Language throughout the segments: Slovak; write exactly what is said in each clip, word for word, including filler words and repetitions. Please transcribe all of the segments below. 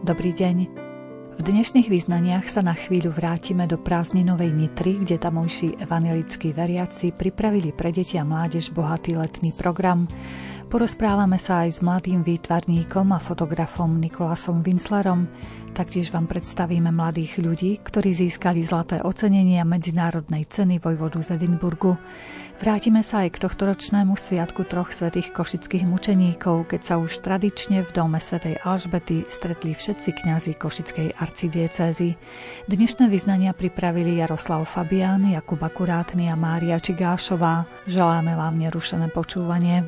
Dobrý deň. V dnešných vyznaniach sa na chvíľu vrátime do prázdninovej Nitry, kde tamojší evanjelickí veriaci pripravili pre deti a mládež bohatý letný program. Porozprávame sa aj s mladým výtvarníkom a fotografom Nikolasom Winslerom. Taktiež vám predstavíme mladých ľudí, ktorí získali zlaté ocenenia medzinárodnej ceny vojvodu z Edinburgu. Vrátime sa aj k tohtoročnému sviatku troch svätých košických mučeníkov, keď sa už tradične v dome svätej Alžbety stretli všetci kňazi košickej arcidiecézy. Dnešné vyznania pripravili Jaroslav Fabián, Jakub Akurátny a Mária Čigášová. Želáme vám nerušené počúvanie.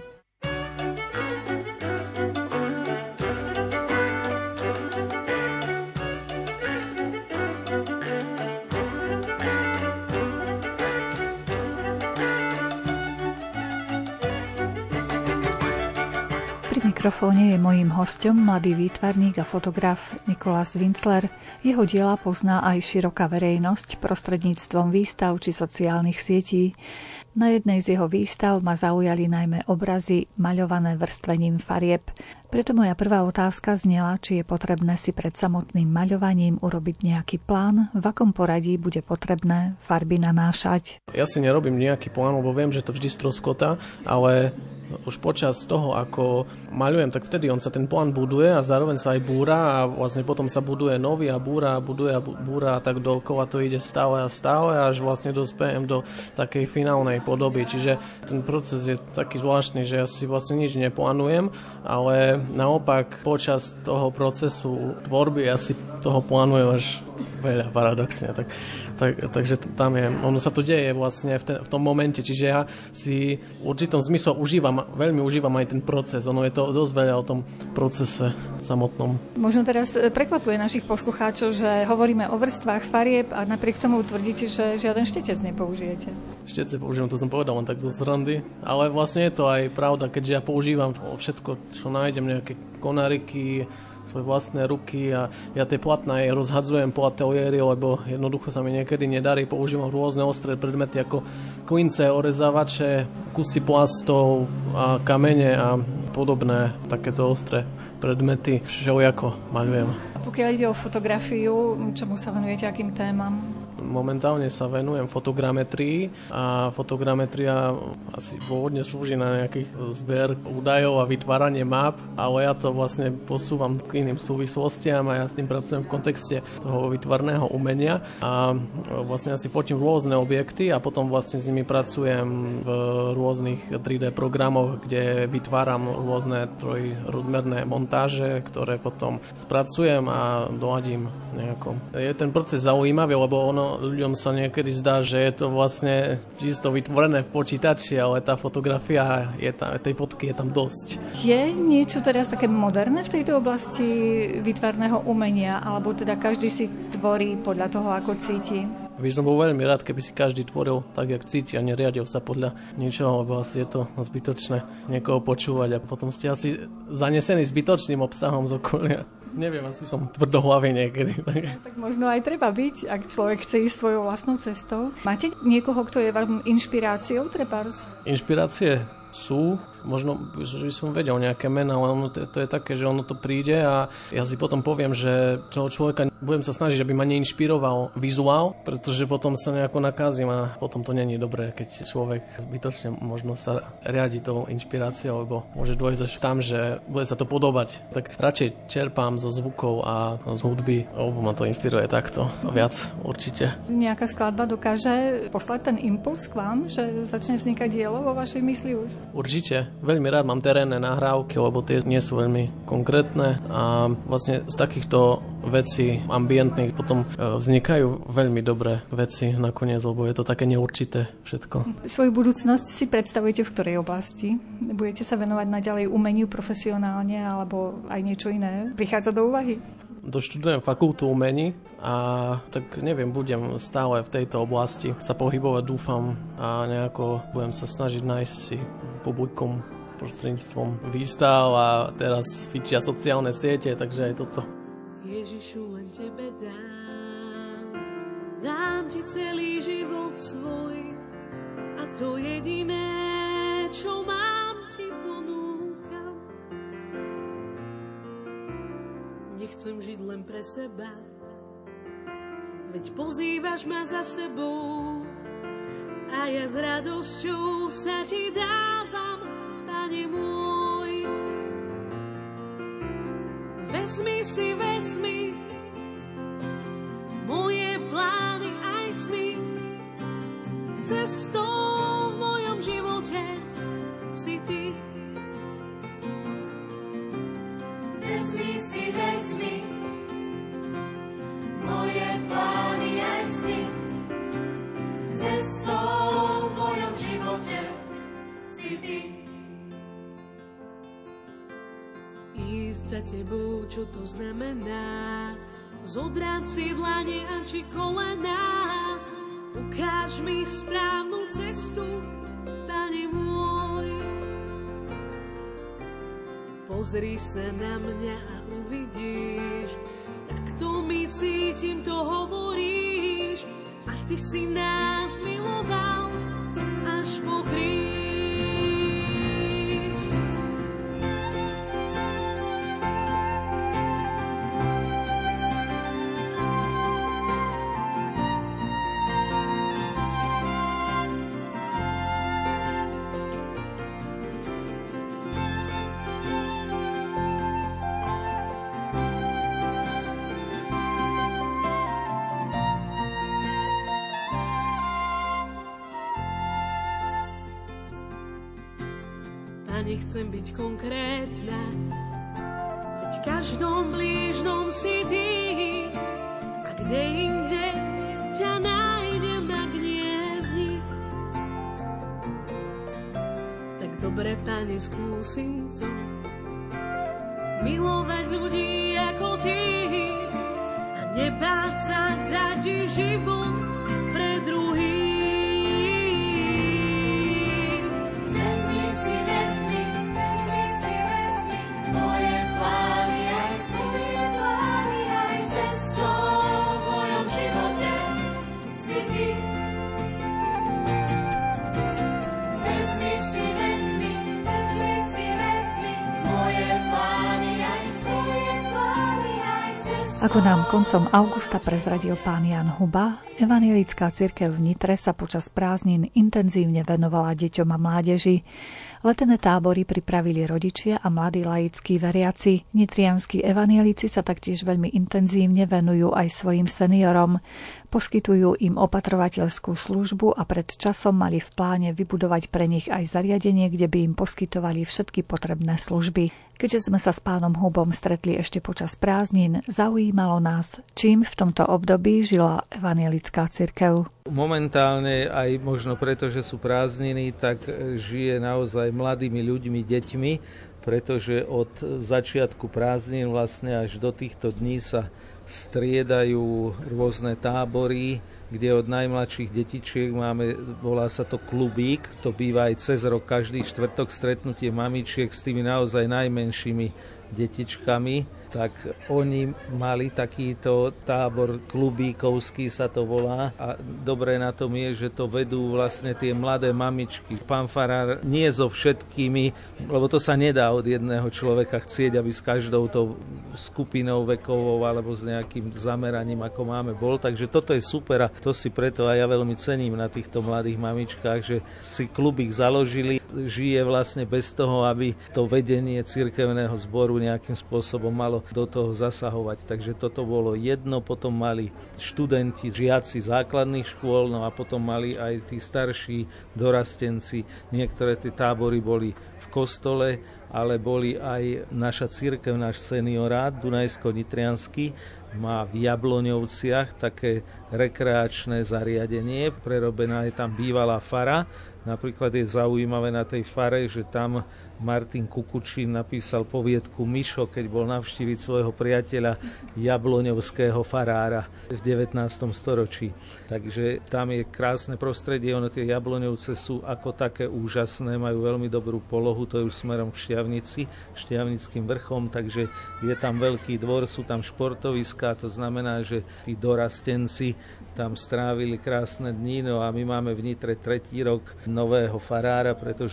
Pri mikrofóne je mojím hosťom mladý výtvarník a fotograf Nikolas Winsler. Jeho diela pozná aj široká verejnosť prostredníctvom výstav či sociálnych sietí. Na jednej z jeho výstav ma zaujali najmä obrazy maľované vrstvením farieb. Preto moja prvá otázka znela, či je potrebné si pred samotným maľovaním urobiť nejaký plán, v akom poradí bude potrebné farby nanášať. Ja si nerobím nejaký plán, lebo viem, že to vždy stroskotá, ale už počas toho, ako maľujem, tak vtedy on sa ten plán buduje a zároveň sa aj búra a vlastne potom sa buduje nový a búra a buduje a búra a tak dookola to ide stále a stále, až vlastne dospejem do takej finálnej podoby. Čiže ten proces je taký zvláštny, že ja si vlastne nič neplánujem, ale naopak počas toho procesu tvorby ja si toho plánujem až veľa, paradoxne. Tak, tak, takže tam je, ono sa to deje vlastne v, ten, v tom momente, čiže ja si v určitom zmysle užívam, veľmi užívam aj ten proces, ono je to dosť veľa o tom procese samotnom. Možno teraz prekvapuje našich poslucháčov, že hovoríme o vrstvách farieb a napriek tomu tvrdíte, že žiaden štetec nepoužijete. Štetce používam, to som povedal len tak zo srandy, ale vlastne je to aj pravda, keďže ja používam všetko, čo nájdem, nejaké konáriky, svoje vlastné ruky a ja tie platná aj rozhadzujem po ateliéri, lebo jednoducho sa mi niekedy nedarí. Používam rôzne ostré predmety ako klince, orezávače, kusy plastov a kamene a podobné takéto ostré predmety. Všelijako maľujem. A pokiaľ ide o fotografiu, čomu sa venujete, akým témam? Momentálne sa venujem fotogrametrii a fotogrametria asi pôvodne slúži na nejaký zber údajov a vytváranie map, ale ja to vlastne posúvam k iným súvislostiam a ja s tým pracujem v kontexte toho výtvarného umenia a vlastne asi fotím rôzne objekty a potom vlastne s nimi pracujem v rôznych tri dé programoch, kde vytváram rôzne trojrozmerné montáže, ktoré potom spracujem a doladím nejako. Je ten proces zaujímavý, lebo ono ľuďom sa niekedy zdá, že je to vlastne čisto vytvorené v počítači, ale tá fotografia, je tam, tej fotky je tam dosť. Je niečo teraz také moderné v tejto oblasti výtvarného umenia, alebo teda každý si tvorí podľa toho, ako cíti? By som bol veľmi rád, keby si každý tvoril tak, jak cíti a neriadil sa podľa niečoho, lebo asi je to zbytočné niekoho počúvať a potom ste asi zanesení zbytočným obsahom z okolia. Neviem, asi som tvrdohlavý niekedy. Tak. tak možno aj treba byť, ak človek chce ísť svojou vlastnou cestou. Máte niekoho, kto je vám inšpiráciou, trebárs? Inšpirácie sú, možno že by som vedel nejaké mená, ale ono to, to je také, že ono to príde a ja si potom poviem, že toho človeka budem sa snažiť, aby ma neinšpiroval vizuál, pretože potom sa nejako nakázim a potom to není dobré, keď človek zbytočne možno sa riadi tou inšpiráciou, lebo môže dôjsť až tam, že bude sa to podobať. Tak radšej čerpám zo zvukov a z hudby, lebo ma to inšpiruje takto viac určite. Nejaká skladba dokáže poslať ten impuls k vám, že začne vznikať dielo vo vašej mysli už? Určite. Veľmi rád mám terénne nahrávky, lebo tie nie sú veľmi konkrétne a vlastne z takýchto vecí ambientných potom vznikajú veľmi dobré veci nakoniec, lebo je to také neurčité všetko. Svoju budúcnosť si predstavujete v ktorej oblasti? Budete sa venovať naďalej umeniu profesionálne alebo aj niečo iné? Prichádza do úvahy? Doštudujem fakultu umení a tak neviem, budem stále v tejto oblasti sa pohybovať, dúfam, a nejako budem sa snažiť nájsť si publikum prostredníctvom výstav a teraz fičia sociálne siete, takže aj toto. Ježišu, len tebe dám, dám ti celý život svoj a to jediné, čo mám, ti ponúkam. nechcem žiť len pre seba. Veď pozývaš ma za sebou a ja s radosťou sa ti dávam, Pane môj. Vezmi si, vezmi moje plány aj sny, cestou v mojom živote si ty. Vezmi si, vezmi moje plány aj sny, cestou v mojom živote si ty. Ísť za tebou, čo to znamená, zodrať si dlane a či kolená. Ukáž mi správnu cestu, Pane môj. Pozri sa na mňa a uvidíš, takto mi cítim, to hovoríš. A ty si nás miloval až po kríž. Nechcem byť konkrétna, veď v každom blížnom si ty. A kde inde ťa nájdem na gnievni. Tak dobre, Pane, skúsim to, milovať ľudí ako ty a nebáť sa dať život pre druhých. Ako nám koncom augusta prezradil pán Jan Huba, evanjelická cirkev v Nitre sa počas prázdnin intenzívne venovala deťom a mládeži. Letné tábory pripravili rodičia a mladí laickí veriaci. Nitrianskí evanjelici sa taktiež veľmi intenzívne venujú aj svojim seniorom. Poskytujú im opatrovateľskú službu a pred časom mali v pláne vybudovať pre nich aj zariadenie, kde by im poskytovali všetky potrebné služby. Keďže sme sa s pánom Hubom stretli ešte počas prázdnin, zaujímalo nás, čím v tomto období žila evanjelická cirkev. Momentálne aj možno preto, že sú prázdniny, tak žije naozaj mladými ľuďmi, deťmi, pretože od začiatku prázdnin vlastne až do týchto dní sa striedajú rôzne tábory, kde od najmladších detičiek máme, volá sa to klubík, to býva aj cez rok, každý štvrtok stretnutie mamičiek s tými naozaj najmenšími detičkami, tak oni mali takýto tábor klubíkovský sa to volá a dobré na tom je, že to vedú vlastne tie mladé mamičky. Pán farár nie so všetkými, lebo to sa nedá od jedného človeka chcieť, aby s každou tou skupinou vekovou alebo s nejakým zameraním, ako máme, bol. Takže toto je super a to si preto aj ja veľmi cením na týchto mladých mamičkách, že si klubík založili, žije vlastne bez toho, aby to vedenie cirkevného zboru nejakým spôsobom malo do toho zasahovať. Takže toto bolo jedno, potom mali študenti, žiaci základných škôl, no a potom mali aj tí starší dorastenci. Niektoré tie tábory boli v kostole, ale boli aj naša cirkev, náš seniorát Dunajsko-Nitriansky, má v Jabloňovciach také rekreačné zariadenie, prerobená je tam bývalá fara. Napríklad je zaujímavé na tej fare, že tam Martin Kukučín napísal poviedku Mišo, keď bol navštíviť svojho priateľa jabloňovského farára v devätnástom storočí. Takže tam je krásne prostredie, ono tie Jabloňovce sú ako také úžasné, majú veľmi dobrú polohu, to je už smerom k Štiavnici, Štiavnickým vrchom, takže je tam veľký dvor, sú tam športoviská, to znamená, že tí dorastenci tam strávili krásne dni, no a my máme v Nitre tretí rok nového farára, pretože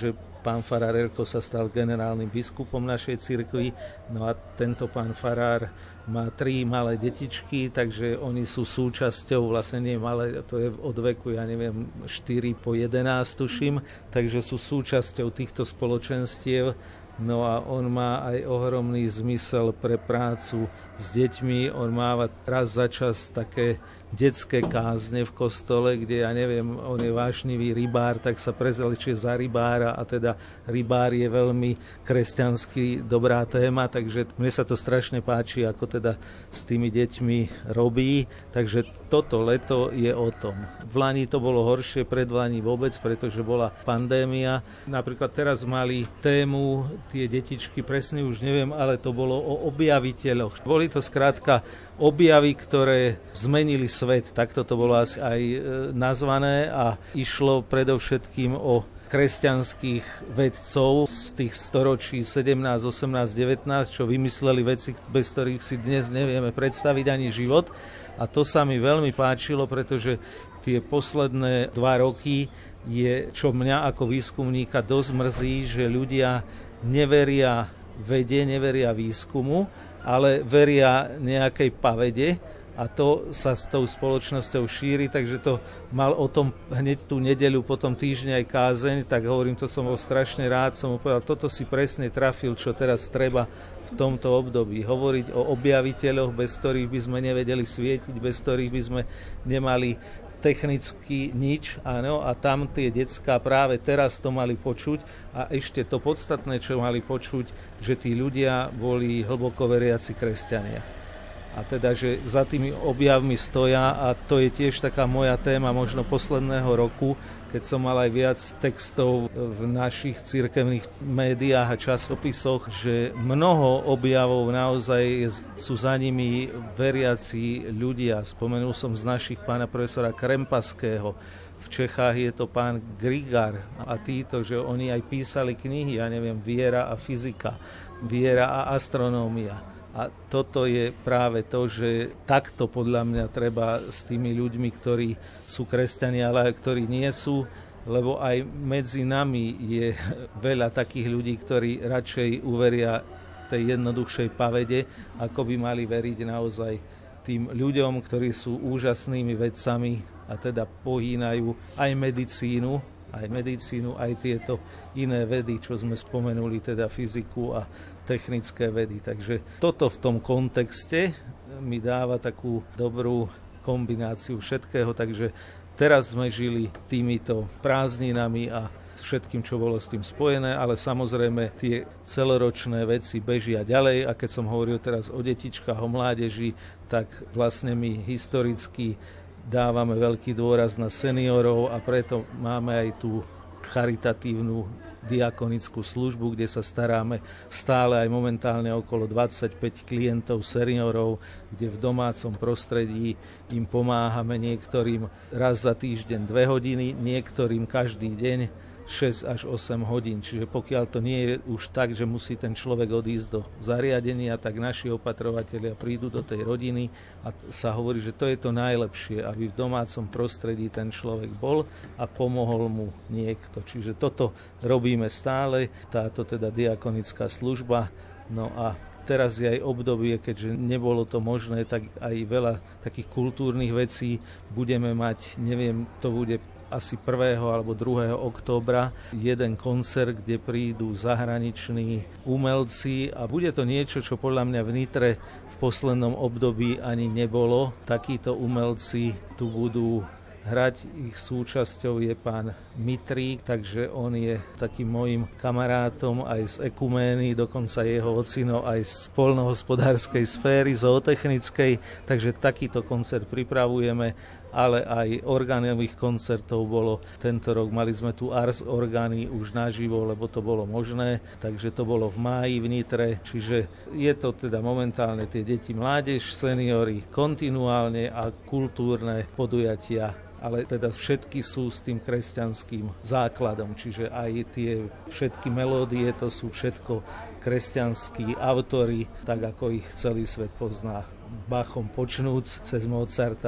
pán farár Elko sa stal generálnym biskupom našej cirkvi, no a tento pán farár má tri malé detičky, takže oni sú súčasťou, vlastne nie malé, to je od veku, ja neviem, štyri po jedenásť tuším, takže sú súčasťou týchto spoločenstiev. No a on má aj ohromný zmysel pre prácu s deťmi. On máva raz za čas také detské kázne v kostole, kde, ja neviem, on je vášnivý rybár, tak sa prezlečie za rybára a teda rybár je veľmi kresťansky dobrá téma, takže mne sa to strašne páči, ako teda s tými deťmi robí. Takže toto leto je o tom. V lani to bolo horšie, pred lani vôbec, pretože bola pandémia. Napríklad teraz mali tému tie detičky, presne už neviem, ale to bolo o objaviteľoch. Boli to skrátka objavy, ktoré zmenili svet, takto to bolo asi aj nazvané a išlo predovšetkým o kresťanských vedcov z tých storočí sedemnásť, osemnásť, devätnásť, čo vymysleli veci, bez ktorých si dnes nevieme predstaviť ani život. A to sa mi veľmi páčilo, pretože tie posledné dva roky je, čo mňa ako výskumníka dosť mrzí, že ľudia neveria vede, neveria výskumu, ale veria nejakej pavede a to sa s tou spoločnosťou šíri, takže to mal o tom hneď tú nedeľu, potom týždeň aj kázeň, tak hovorím, to som bol strašne rád, som mu povedal, toto si presne trafil, čo teraz treba v tomto období. Hovoriť o objaviteľoch, bez ktorých by sme nevedeli svietiť, bez ktorých by sme nemali technicky nič, áno, a tam tie decká práve teraz to mali počuť a ešte to podstatné, čo mali počuť, že tí ľudia boli hlboko veriaci kresťania. A teda, že za tými objavmi stoja a to je tiež taká moja téma možno posledného roku, keď som mal aj viac textov v našich cirkevných médiách a časopisoch, že mnoho objavov naozaj sú za nimi veriaci ľudia. Spomenul som z našich pána profesora Krempaského, v Čechách je to pán Grigar a títo, že oni aj písali knihy, ja neviem, Viera a fyzika, Viera a astronómia. A toto je práve to, že takto podľa mňa treba s tými ľuďmi, ktorí sú kresťania, ale aj ktorí nie sú, lebo aj medzi nami je veľa takých ľudí, ktorí radšej uveria tej jednoduchšej pavede, ako by mali veriť naozaj tým ľuďom, ktorí sú úžasnými vedcami a teda pohýnajú aj medicínu, aj medicínu, aj tieto iné vedy, čo sme spomenuli, teda fyziku a technické vedy. Takže toto v tom kontexte mi dáva takú dobrú kombináciu všetkého, takže teraz sme žili týmito prázdninami a všetkým, čo bolo s tým spojené, ale samozrejme tie celoročné veci bežia ďalej a keď som hovoril teraz o detičkách, o mládeži, tak vlastne my historicky dávame veľký dôraz na seniorov a preto máme aj tú charitatívnu diakonickú službu, kde sa staráme stále aj momentálne okolo dvadsaťpäť klientov seniorov, kde v domácom prostredí im pomáhame niektorým raz za týždeň dve hodiny, niektorým každý deň šesť až osem hodín. Čiže pokiaľ to nie je už tak, že musí ten človek odísť do zariadenia, tak naši opatrovatelia prídu do tej rodiny a sa hovorí, že to je to najlepšie, aby v domácom prostredí ten človek bol a pomohol mu niekto. Čiže toto robíme stále, táto teda diakonická služba. No a teraz je aj obdobie, keďže nebolo to možné, tak aj veľa takých kultúrnych vecí budeme mať, neviem, to bude asi prvého alebo druhého októbra jeden koncert, kde prídu zahraniční umelci a bude to niečo, čo podľa mňa v Nitre v poslednom období ani nebolo. Takíto umelci tu budú hrať, ich súčasťou je pán Mitrík, takže on je takým mojim kamarátom aj z ekumény, dokonca jeho ocino aj z poľnohospodárskej sféry, zootechnickej, takže takýto koncert pripravujeme, ale aj orgánových koncertov bolo tento rok. Mali sme tu Ars orgány už naživo, lebo to bolo možné, takže to bolo v máji v Nitre, čiže je to teda momentálne tie deti, mládež, seniori, kontinuálne a kultúrne podujatia, ale teda všetky sú s tým kresťanským základom, čiže aj tie všetky melódie, to sú všetko kresťanskí autori, tak ako ich celý svet pozná. Bachom počnúc cez Mozarta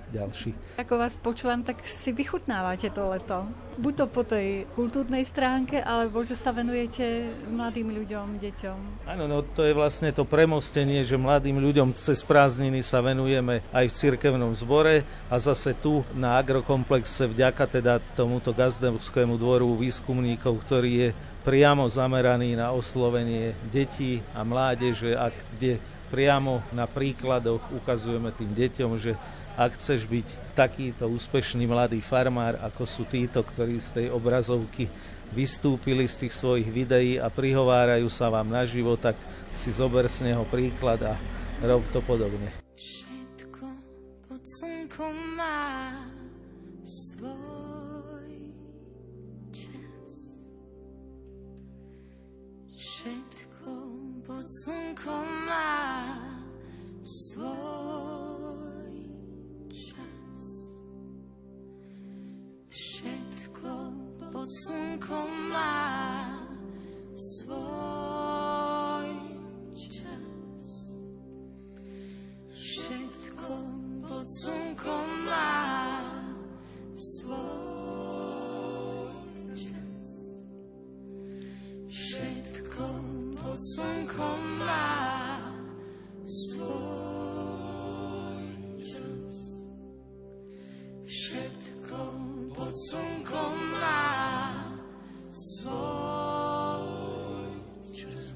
ďalší. Ako vás počúvam, tak si vychutnávate to leto. Buď to po tej kultúrnej stránke, alebo že sa venujete mladým ľuďom, deťom. Áno, no to je vlastne to premostenie, že mladým ľuďom cez prázdniny sa venujeme aj v cirkevnom zbore a zase tu na agrokomplexe vďaka teda tomuto gazdovskému dvoru výskumníkov, ktorý je priamo zameraný na oslovenie detí a mládeže, a kde priamo na príkladoch ukazujeme tým deťom, že ak chceš byť takýto úspešný mladý farmár, ako sú títo, ktorí z tej obrazovky vystúpili z tých svojich videí a prihovárajú sa vám naživo, tak si zober z neho príklad a rob to podobne. Všetko pod slnkom má svoj čas. Všetko pod slnkom má svoj čas. Všetko pod slnkom má svoj čas. Všetko pod slnkom má svoj čas. Všetko pod slnkom má svoj čas. Všetko pod slnkom má svoj čas.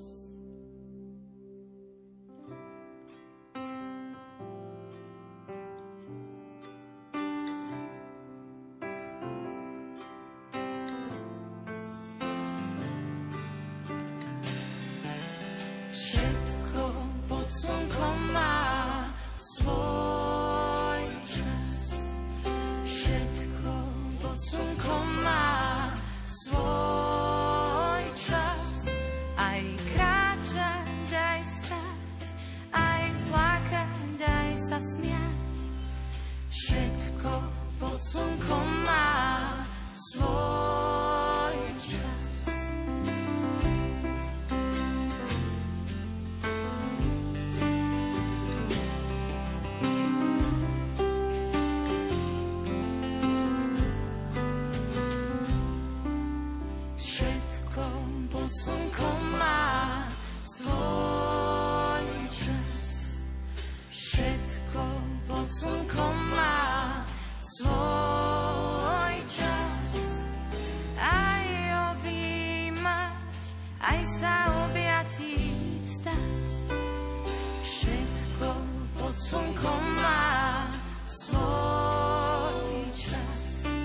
Všetko pod slnkom má svoj čas. Všetko pod slnkom má svoj čas. Aj kráčať, aj stať, aj plakať, aj sa smiať. Všetko pod slnkom má svoj čas. Všetko pod slnkom má svoj čas. Všetko pod slnkom má svoj čas. Aj objímať, aj sa objatí vstať. Všetko pod slnkom má svoj čas.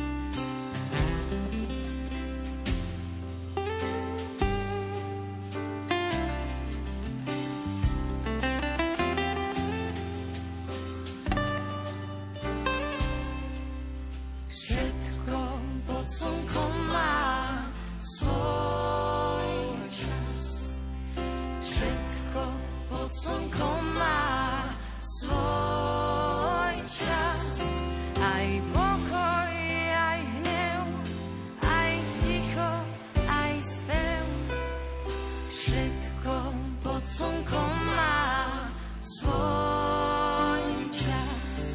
Všetko pod slnkom má svoj čas. Všetko pod slnkom má svoj čas. Aj pokoj, aj hnev, aj ticho, aj spev. Všetko pod slnkom má svoj čas.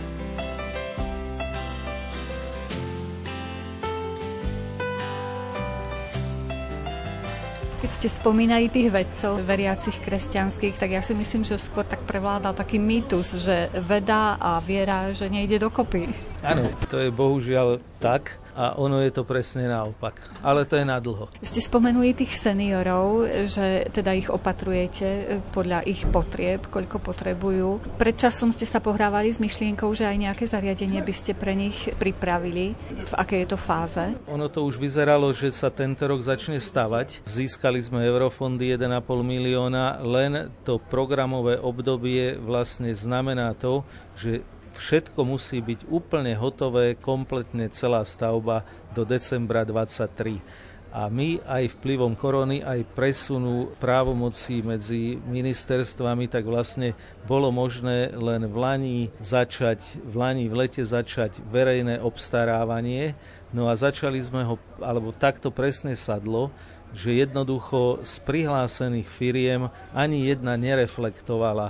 Keď ste spomínali tých vedcov, veriacich kresťanských, tak ja si myslím, že skôr tak prevládal taký mýtus, že veda a viera, že nejde dokopy. Áno, to je bohužiaľ tak a ono je to presne naopak. Ale to je na dlho. Ste spomenuli tých seniorov, že teda ich opatrujete podľa ich potrieb, koľko potrebujú. Pred časom ste sa pohrávali s myšlienkou, že aj nejaké zariadenie by ste pre nich pripravili. V akej je to fáze? Ono to už vyzeralo, že sa tento rok začne stavať. Získali sme eurofondy jeden a pol milióna, len to programové obdobie vlastne znamená to, že všetko musí byť úplne hotové, kompletne celá stavba do decembra dvadsaťtri. A my aj vplyvom korony, aj presunu právomocí medzi ministerstvami, tak vlastne bolo možné len v lani začať, v lani v lete začať verejné obstarávanie. No a začali sme ho, alebo takto presne sadlo, že jednoducho z prihlásených firiem ani jedna nereflektovala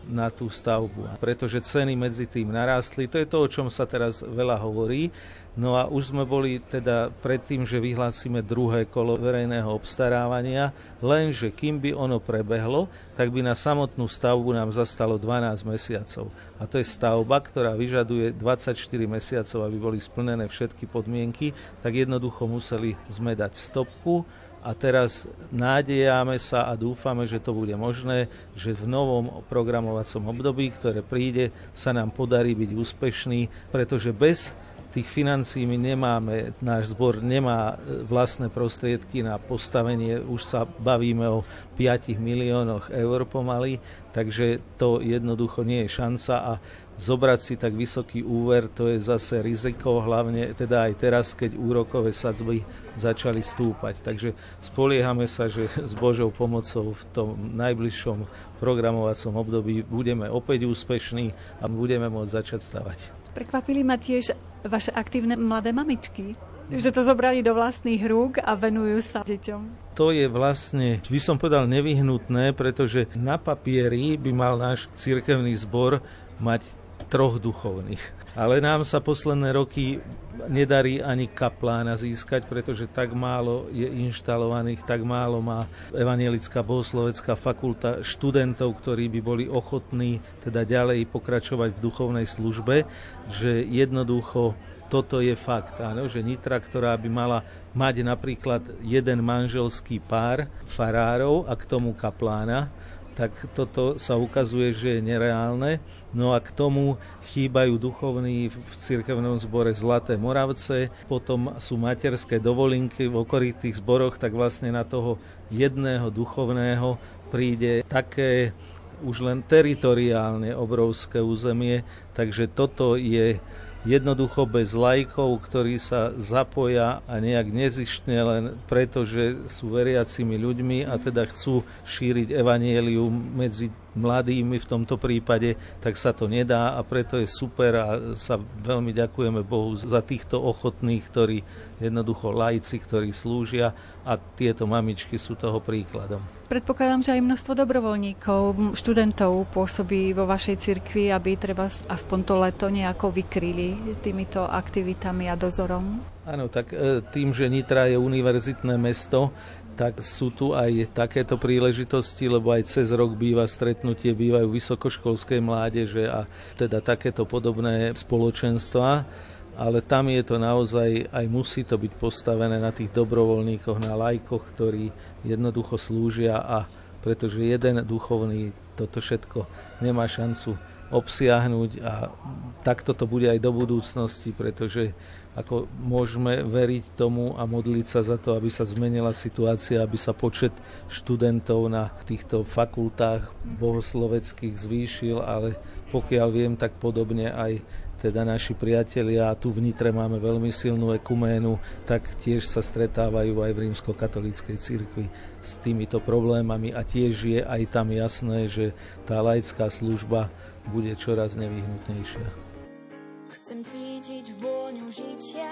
na tú stavbu. Pretože ceny medzi tým narástli, to je to, o čom sa teraz veľa hovorí. No a už sme boli teda pred tým, že vyhlásime druhé kolo verejného obstarávania, lenže kým by ono prebehlo, tak by na samotnú stavbu nám zastalo dvanásť mesiacov. A to je stavba, ktorá vyžaduje dvadsaťštyri mesiacov, aby boli splnené všetky podmienky, tak jednoducho museli sme dať stopku. A teraz nádejame sa a dúfame, že to bude možné, že v novom programovacom období, ktoré príde, sa nám podarí byť úspešný, pretože bez tých financií my nemáme, náš zbor nemá vlastné prostriedky na postavenie, už sa bavíme o piatich miliónoch eur pomaly, takže to jednoducho nie je šanca a zobrať si tak vysoký úver, to je zase riziko, hlavne teda aj teraz, keď úrokové sadzby začali stúpať. Takže spoliehame sa, že s Božou pomocou v tom najbližšom programovacom období budeme opäť úspešní a budeme môcť začať stavať. Prekvapili ma tiež vaše aktívne mladé mamičky, že to zobrali do vlastných rúk a venujú sa deťom. To je vlastne, by som povedal, nevyhnutné, pretože na papieri by mal náš cirkevný zbor mať troch duchovných. Ale nám sa posledné roky nedarí ani kaplána získať, pretože tak málo je inštalovaných, tak málo má Evanjelická bohoslovecká fakulta študentov, ktorí by boli ochotní teda ďalej pokračovať v duchovnej službe, že jednoducho toto je fakt, áno, že Nitra, ktorá by mala mať napríklad jeden manželský pár farárov a k tomu kaplána, tak toto sa ukazuje, že je nereálne. No a k tomu chýbajú duchovní v cirkevnom zbore Zlaté Moravce, potom sú materské dovolinky v okolitých zboroch, tak vlastne na toho jedného duchovného príde také už len teritoriálne obrovské územie, takže toto je jednoducho bez laikov, ktorí sa zapoja a nejak nezištne len preto, že sú veriacimi ľuďmi a teda chcú šíriť evanjelium medzi mladými v tomto prípade, tak sa to nedá a preto je super a sa veľmi ďakujeme Bohu za týchto ochotných, ktorí jednoducho laici, ktorí slúžia a tieto mamičky sú toho príkladom. Predpokladám, že aj množstvo dobrovoľníkov, študentov pôsobí vo vašej cirkvi, aby treba aspoň to leto nejako vykryli týmito aktivitami a dozorom. Áno, tak tým, že Nitra je univerzitné mesto, tak sú tu aj takéto príležitosti, lebo aj cez rok býva stretnutie, bývajú vysokoškolskej mládeže a teda takéto podobné spoločenstvá, ale tam je to naozaj, aj musí to byť postavené na tých dobrovoľníkoch, na laikoch, ktorí jednoducho slúžia a pretože jeden duchovný toto všetko nemá šancu obsiahnuť a takto to bude aj do budúcnosti, pretože ako môžeme veriť tomu a modliť sa za to, aby sa zmenila situácia, aby sa počet študentov na týchto fakultách bohosloveckých zvýšil, ale pokiaľ viem, tak podobne aj teda naši priatelia, a tu v Nitre máme veľmi silnú ekuménu, tak tiež sa stretávajú aj v rímskokatolíckej cirkvi s týmito problémami a tiež je aj tam jasné, že tá laická služba bude čoraz nevyhnutnejšia. Chcem cítiť vôňu žitia,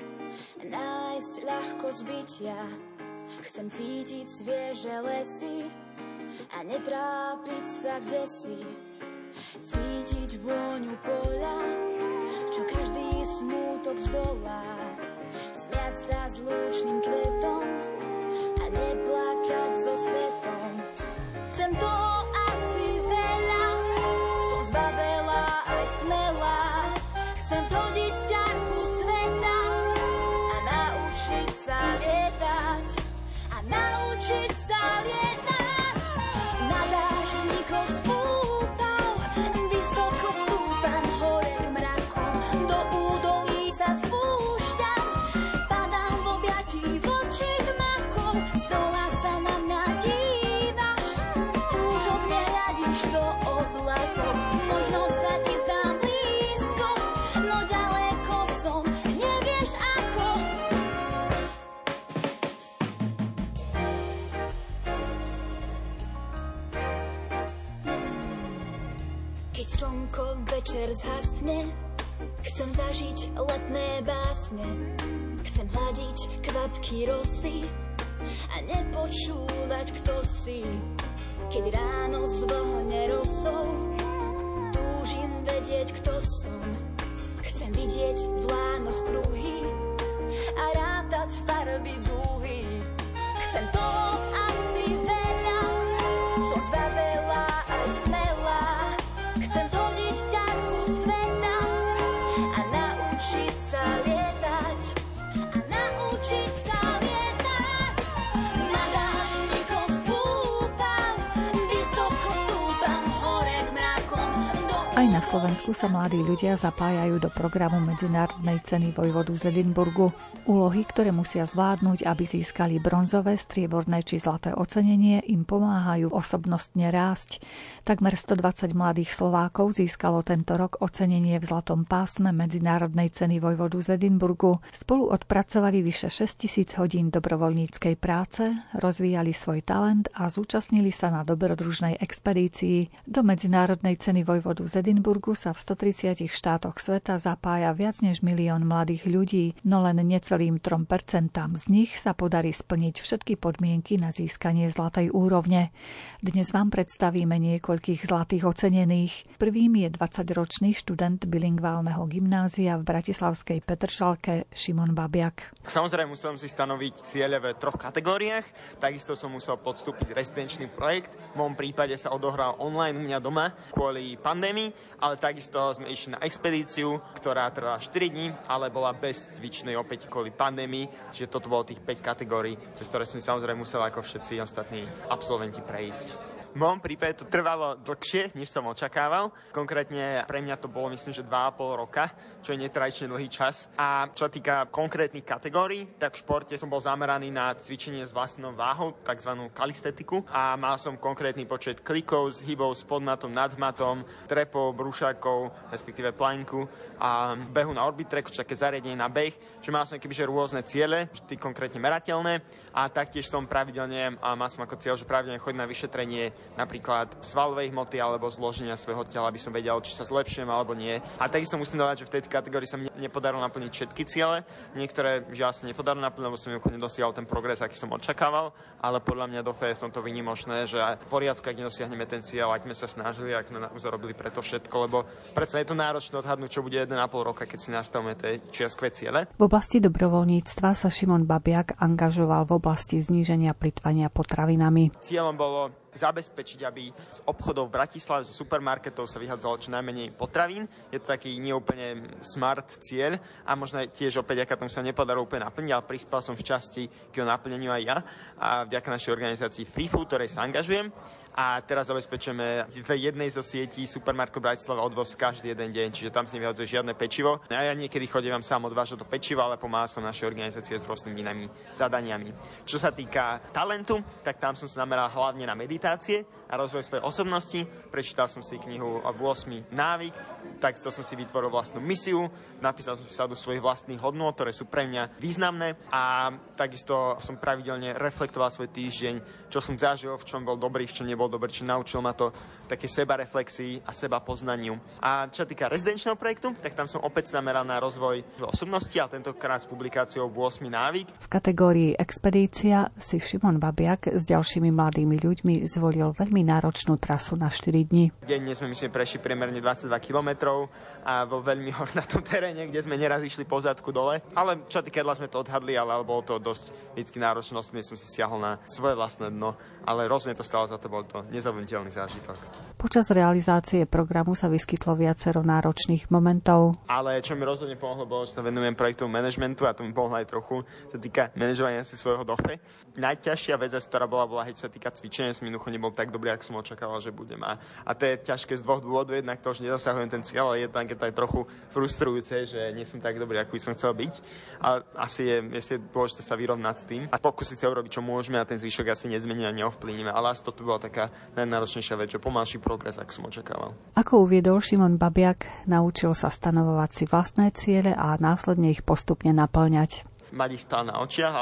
nájsť ľahkosť bytia. Chcem cítiť svieže lesy a netrápiť sa kdesi. Cítiť vôňu poľa, čo každý smútok zdolá. Smiať sa s lúčným kvetom a neplakať so svetom. Chcem toho asi veľa, som zbavela aj smelá. Chcem zhodiť ťarchu sveta a naučiť sa lietať, a naučiť sa lietať. Na dáždnikov spútav, vysoko stúpam hore mrakom, do údolí sa spúšťam, padám v objatí vlčích makov, z dola sa na mňa dívaš, túžobne hľadíš do oblakov, možno sa ti zdám blízko, no ďaleko som, nevieš ako. Keď slnko večer zhasne, chcem zažiť letné básne. Chcem hľadiť kvapky rosy a nepočúvať, kto si. Keď ráno zvlhne rosou, túžim vedieť, kto som. Chcem vidieť v lánoch kruhy a rátať farby dúhy. Chcem toho asi veľa, som zbavela aj smelá. Chcem zhodiť ťarchu sveta a naučiť sa lietať, a naučiť sa lietať. Na dážnikom stúpam, vysoko stúpam, hore k mrakom. Aj na Slovensku sa mladí ľudia zapájajú do programu Medzinárodnej ceny vojvodu z Edinburgu. Úlohy, ktoré musia zvládnuť, aby získali bronzové, strieborné či zlaté ocenenie, im pomáhajú osobnostne rásť. Takmer stodvadsať mladých Slovákov získalo tento rok ocenenie v zlatom pásme Medzinárodnej ceny vojvodu z Edinburgu. Spolu odpracovali vyše šesťtisíc hodín dobrovoľníckej práce, rozvíjali svoj talent a zúčastnili sa na dobrodružnej expedícii. Do Medzinárodnej ceny vojvodu z Edinburgu sa v stotridsiatich štátoch sveta zapája viac než milión mladých ľudí, no len necelým trom percentám z nich sa podarí splniť všetky podmienky na získanie zlatej úrovne. Dnes vám predstavíme niekoľkých zlatých ocenených. Prvým je dvadsaťročný študent bilingválneho gymnázia v bratislavskej Petržalke Šimon Babiak. Samozrejme musel som si stanoviť ciele v troch kategóriách. Takisto som musel podstúpiť rezidenčný projekt. V môjom prípade sa odohral online u mňa doma kvôli pandémii, ale takisto sme išli na expedíciu, ktorá trvala štyri dní, ale bola bez cvičnej opäť kvôli pandémii. Čiže toto bolo tých päť kategórií, cez ktoré som samozrejme musel ako všetci ostatní absolventi prejsť. V môjom prípade to trvalo dlhšie, než som očakával. Konkrétne pre mňa to bolo, myslím, že dva a pol roka, čo je netradične dlhý čas. A čo týka konkrétnych kategórií, tak v športe som bol zameraný na cvičenie s vlastnou váhou, takzvanú kalistetiku. A mal som konkrétny počet klikov s hybou s podmatom, nad matom, trepov, brúšakov, respektíve planku a behu na orbitreku, čo také zariadenie na beh. Že mal som kebyže rôzne ciele, vždy konkrétne merateľné. A taktiež som pravidelne, a mal som ako cieľ, že pravidelne chodím na vyšetrenie napríklad svalovej hmoty alebo zloženia svojho tela, aby som vedel, či sa zlepšujem alebo nie. A takisto musím dodať, že v tejto kategórii sa mi nepodarilo naplniť všetky ciele. Niektoré žiaľ sa nepodarilo naplniť, lebo som jednoducho nedosiahol ten progres, aký som očakával, ale podľa mňa dofé je v tomto výnimočné, že v poriadku, ak nedosiahneme ten cieľ, ak sme sa snažili, ak sme zarobili preto všetko, lebo predsa je to náročné odhadnúť, čo bude jeden a pol roka, keď si nastavíme tie čiastkové ciele. V oblasti dobrovoľníctva sa Šimon Babiak angažoval v oblasti zníženia plytvania potravinami. Cieľom bolo zabezpečiť, aby z obchodov v Bratislave, zo supermarketov sa vyhádzalo čo najmenej potravín. Je to taký neúplne smart cieľ a možno tiež opäť, aká tomu sa nepodarilo úplne naplniť, ale prispel som v časti k jeho naplneniu aj ja a vďaka našej organizácii Free Food, ktorej sa angažujem. A teraz zabezpečujeme v jednej zo sietí supermarketov Bratislava odvoz každý jeden deň, čiže tam si nevyhadzuje žiadne pečivo. A ja niekedy chodím sám odvážať to pečivo, ale pomáhal som našej organizácie s rôznymi inými zadaniami. Čo sa týka talentu, tak tam som sa zameral hlavne na meditácie a rozvoj svojej osobnosti. Prečítal som si knihu ôsmy návyk, takisto som si vytvoril vlastnú misiu, napísal som si sadu svojich vlastných hodnôt, ktoré sú pre mňa významné a takisto som pravidelne reflektoval svoj týždeň, čo som zažil, v čom bol dobrý, v čom nebol dobrý, či naučil ma to také sebareflexii a seba poznaniu. A čo sa týka rezidenčného projektu, tak tam som opäť zameral na rozvoj osobnosti a tentokrát s publikáciou ôsmy návyk. V kategórii expedícia si Šimon Babiak s ďalšími mladými ľuďmi zvolil veľmi náročnú trasu na štyri dni. Denne sme myslím prešli priemerne dvadsaťdva kilometrov a vo veľmi hornatom teréne, kde sme neraz išli po zadku dole. Ale čo týka jedla sme to odhadli, ale, ale bolo to dosť vždycky náročné, som si stiahol na svoje vlastné dno, ale rozhodne to stalo za to, bol to nezabudnutelný zážitok. Počas realizácie programu sa vyskytlo viacero náročných momentov. Ale čo mi rozhodne pomohlo, bolo, že sa venujem projektovému manažmentu a to mi pomohlo aj trochu, čo sa týka manažovania si svojho dofe. Najťažšia vec, ktorá bola, bola hej, čo sa týka cvičenia, som jednoducho nebol tak dobrý, ako som očakával, že budem. A, a to je ťažké z dvoch dôvodov, jednak to, že nedosahujem ten cieľ, ale jednak je to aj trochu frustrujúce, že nie som tak dobrý, ako by som chcel byť. A asi je, je dôležité sa vyrovnať s tým a pokúsiť sa urobiť, čo môžeme a ten zvyšok asi nezmení a neovplyvníme. Ale asi toto bola taká najnáročnejšia vec, že pomalší progres, ako som očakával. Ako uviedol Šimon Babiak, naučil sa stanovovať si vlastné ciele a následne ich postupne naplňať. Mať ich stále na očiach, alebo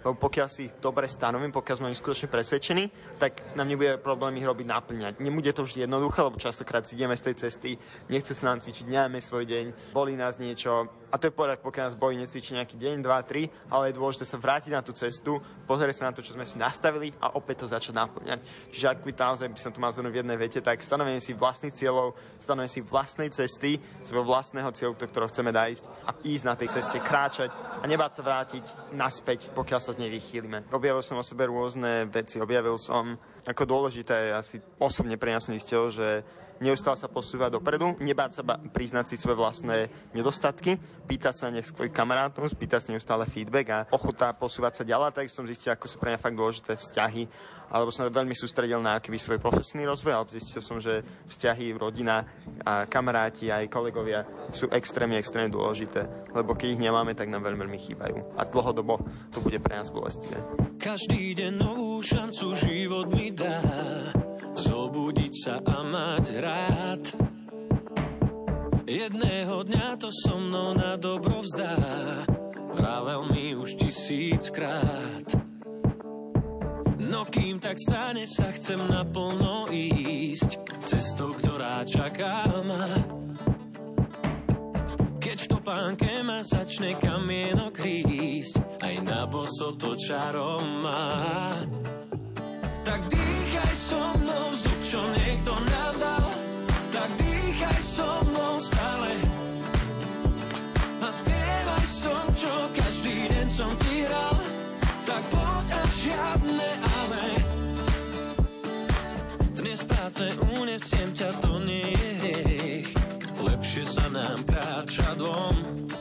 lebo pokiaľ si ich dobre stanovím, pokiaľ sme skutočne presvedčení, tak nám nebude problém ich robiť naplňať. Nebude to vždy jednoduché, lebo častokrát si ideme z tej cesty, nechce sa nám cvičiť, nemáme svoj deň, bolí nás niečo. A to je povedať, pokiaľ nás bolí, necvičí nejaký deň, dva, tri, ale je dôležité sa vrátiť na tú cestu, pozrieť sa na to, čo sme si nastavili a opäť to začať naplňať. Čiže ak by naozaj by som to mal zhrnúť v jednej vete, tak stanovenie si vlastných cieľov, stanovenie si vlastnej cesty, svojho vlastného cieľu, do ktorého chceme dajsť a ísť na tej ceste, kráčať a nebáť sa vrátiť naspäť, pokiaľ sa z nej vychýlime. Objavil som o sebe rôzne veci, objavil som, ako dôležité je asi osobne pre mňa som zistil, že neustále sa posúvať dopredu, nebáť sa priznať si svoje vlastné nedostatky, pýtať sa nech svojich kamarátov, spýtať sa neustále feedback a ochota posúvať sa ďalej, tak som zistil, ako sú pre mňa fakt dôležité vzťahy, alebo som sa veľmi sústredil na akýby svoj profesný rozvoj, alebo zistil som, že vzťahy, rodina a kamaráti aj kolegovia sú extrémne, extrémne dôležité, lebo keď ich nemáme, tak nám veľmi, veľmi chýbajú. A dlhodobo to bude pre nás bolestivé. Každý deň novú šancu život mi dá, zobudiť sa a mať rád. Jedného dňa to so mnou na dobro vzdá, vravel mi už tisíckrát. No kým tak stane, sa chcem naplno ísť cestou, ktorá čaká ma. Keď v topánke ma začne kamienok hrísť, aj na boso to čarom má. Tak dýchaj so mnou vzduch, čo niekto nám dal, tak dýchaj so mnou stále a spievaj som, čo každý deň som ti hral. Tak poď a žiadne ale. Dnes práce unesiem ťa, to nie je hriech, lepšie sa nám kráča dvom.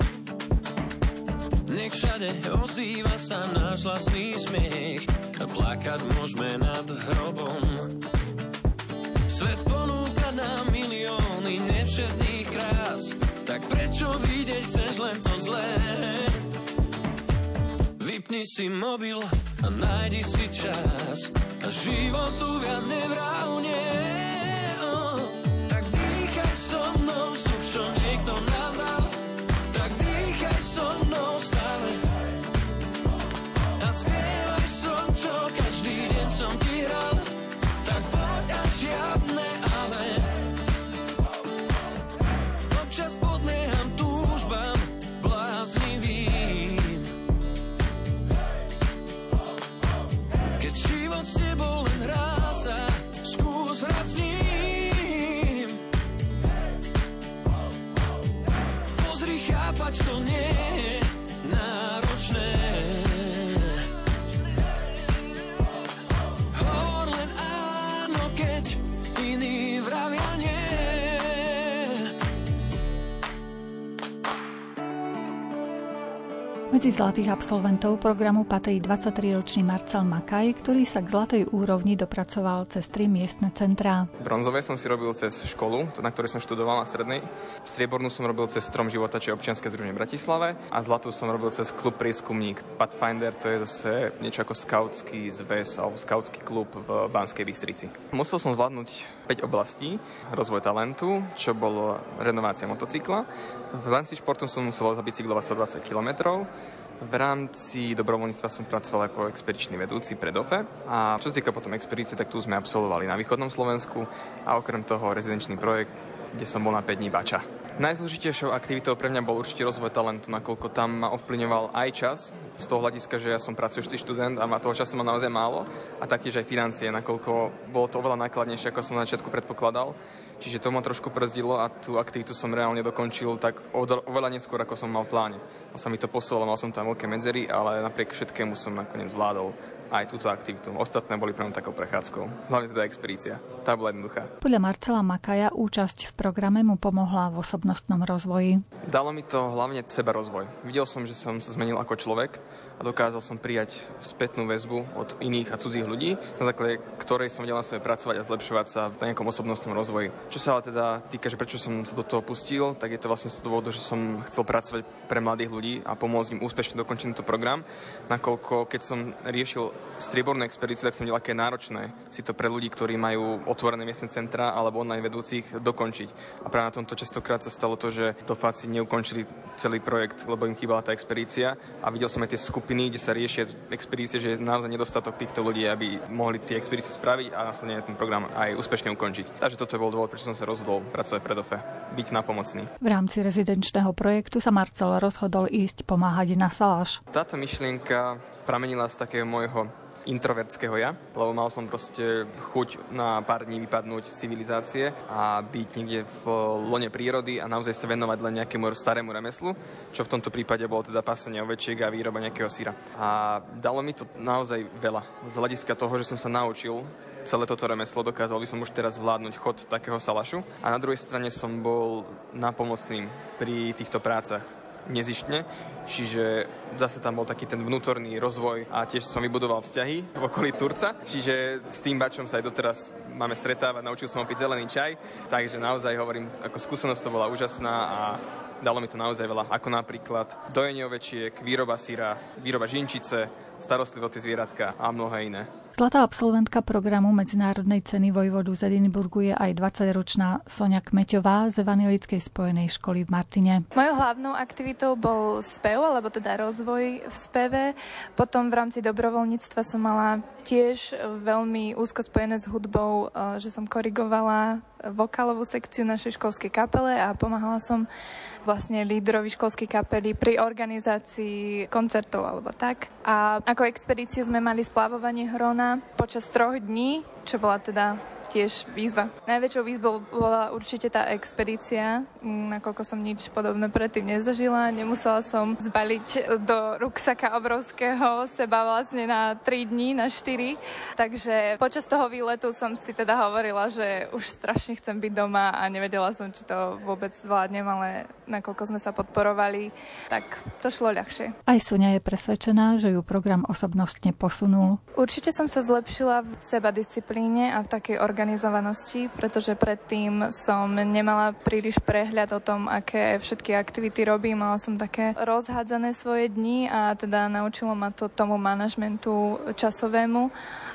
Nech všade ozýva sa náš vlastný smiech a plakať môžeme nad hrobom. Svet ponúka nám milióny nevšetných krás, tak prečo vidieť chceš len to zlé? Vypni si mobil a nájdi si čas a životu viac nevrávne. Oh, tak dýchaj so mnou vzduch, čo niekto nám dal, tak dýchaj so mnou stále a spievaj som, čo každý deň som ti hral. Tak poď a žiadne ale. Občas podlieham túžbám bláznivým, keď život s tebou len hrá sa, skús hrať s ním. Pozri, chápať to nie je náročné. Hovor len áno, keď iní vravia nie. Medzi zlatých absolventov programu patrí dvadsaťtriročný Marcel Makaj, ktorý sa k zlatej úrovni dopracoval cez tri miestne centrá. Bronzové som si robil cez školu, na ktorej som študoval na strednej. Striebornú som robil cez Strom života, či občianske združenie v Bratislave. A zlatú som robil cez klub Prieskumník. Pathfinder, to je zase niečo ako skautský zväz alebo skautský klub v Banskej Bystrici. Musel som zvládnuť päť oblastí. Rozvoj talentu, čo bolo renovácia motocykla. V rámci športu som musel zabicyklovať stodvadsať kilometrov. V rámci dobrovoľníctva som pracoval ako expedičný vedúci pre dé o ef e a čo sa týka potom expedície, tak tu sme absolvovali na východnom Slovensku a okrem toho rezidenčný projekt, kde som bol na päť dní Bača. Najzložitejšou aktivitou pre mňa bol určite rozvoj talentu, nakoľko tam ma ovplyvňoval aj čas, z toho hľadiska, že ja som pracujúci študent a toho času mám naozaj málo, a taktiež aj financie, nakoľko bolo to oveľa nákladnejšie, ako som na začiatku predpokladal. Čiže to ma trošku brzdilo a tú aktivitu som reálne dokončil tak oveľa neskôr, ako som mal v pláne. A sa mi to posúvalo, mal som tam veľké medzery, ale napriek všetkému som nakoniec zvládol aj túto aktivitu. Ostatné boli pre mňa takou prechádzkou. Hlavne teda expedícia. Tá bola jednoduchá. Podľa Marcela Makaja účasť v programe mu pomohla v osobnostnom rozvoji. Dalo mi to hlavne seba rozvoj. Videl som, že som sa zmenil ako človek a dokázal som prijať spätnú väzbu od iných a cudzích ľudí, na základe ktorej som vedel na sebe pracovať a zlepšovať sa v nejakom osobnostnom rozvoji. Čo sa ale teda týka, že prečo som sa do toho pustil, tak je to vlastne z dôvodu, že som chcel pracovať pre mladých ľudí a pomôcť im úspešne dokončiť tento program, nakoľko keď som riešil striebornú expedíciu, tak som videl, aké je náročné si to pre ľudí, ktorí majú otvorené miestne centra alebo online vedúcich, dokončiť. A práve na tomto častokrát sa stalo to, že dofáci neukončili celý projekt, lebo im chýbala tá expedícia. A videl som aj tie skupiny, kde sa riešia expedície, že je naozaj nedostatok týchto ľudí, aby mohli tie expedície spraviť a následne ten program aj úspešne ukončiť. Takže toto bol dôvod, prečo som sa rozhodol pracovať pre DOFE, byť napomocný. V rámci rezidenčného projektu sa Marcel rozhodol ísť pomáhať na Saláš. Táto myšlienka pramenila z takého môjho introvertského ja, lebo mal som proste chuť na pár dní vypadnúť z civilizácie a byť niekde v lone prírody a naozaj sa venovať len nejakému starému remeslu, čo v tomto prípade bolo teda pasenie ovečiek a výroba nejakého syra. A dalo mi to naozaj veľa. Z hľadiska toho, že som sa naučil celé toto remeslo, dokázal by som už teraz zvládnuť chod takého salašu a na druhej strane som bol napomocným pri týchto prácach nezištne, čiže zase tam bol taký ten vnútorný rozvoj a tiež som vybudoval vzťahy v okolí Turca, čiže s tým bačom sa aj doteraz máme stretávať, naučil som ho piť zelený čaj, takže naozaj hovorím, ako skúsenosť to bola úžasná a dalo mi to naozaj veľa, ako napríklad dojenie ovečiek, výroba syra, výroba žinčice, starostlivosť o tie zvieratka a mnohé iné. Zlatá absolventka programu medzinárodnej ceny vojvodu z Edinburgu je aj dvadsaťročná Soňa Kmeťová z Evanjelickej spojenej školy v Martine. Mojou hlavnou aktivitou bol spev, alebo teda rozvoj v speve. Potom v rámci dobrovoľníctva som mala tiež veľmi úzko spojené s hudbou, že som korigovala vokálovú sekciu našej školskej kapele a pomáhala som vlastne lídrovi školskej kapely pri organizácii koncertov alebo tak. A ako expedíciu sme mali splavovanie Hrona počas troch dní, čo bola teda tiež výzva. Najväčšou výzvou bola určite tá expedícia, nakoľko som nič podobné predtým nezažila. Nemusela som zbaliť do ruksaka obrovského seba vlastne na tri dní, na štyri. Takže počas toho výletu som si teda hovorila, že už strašne chcem byť doma a nevedela som, či to vôbec zvládnem, ale nakoľko sme sa podporovali, tak to šlo ľahšie. Aj Soňa je presvedčená, že ju program osobnostne posunul. Určite som sa zlepšila v sebadisciplíne a v takej organizovanosti, pretože predtým som nemala príliš prehľad o tom, aké všetky aktivity robím. Mala som také rozhádzané svoje dni a teda naučilo ma to tomu manažmentu časovému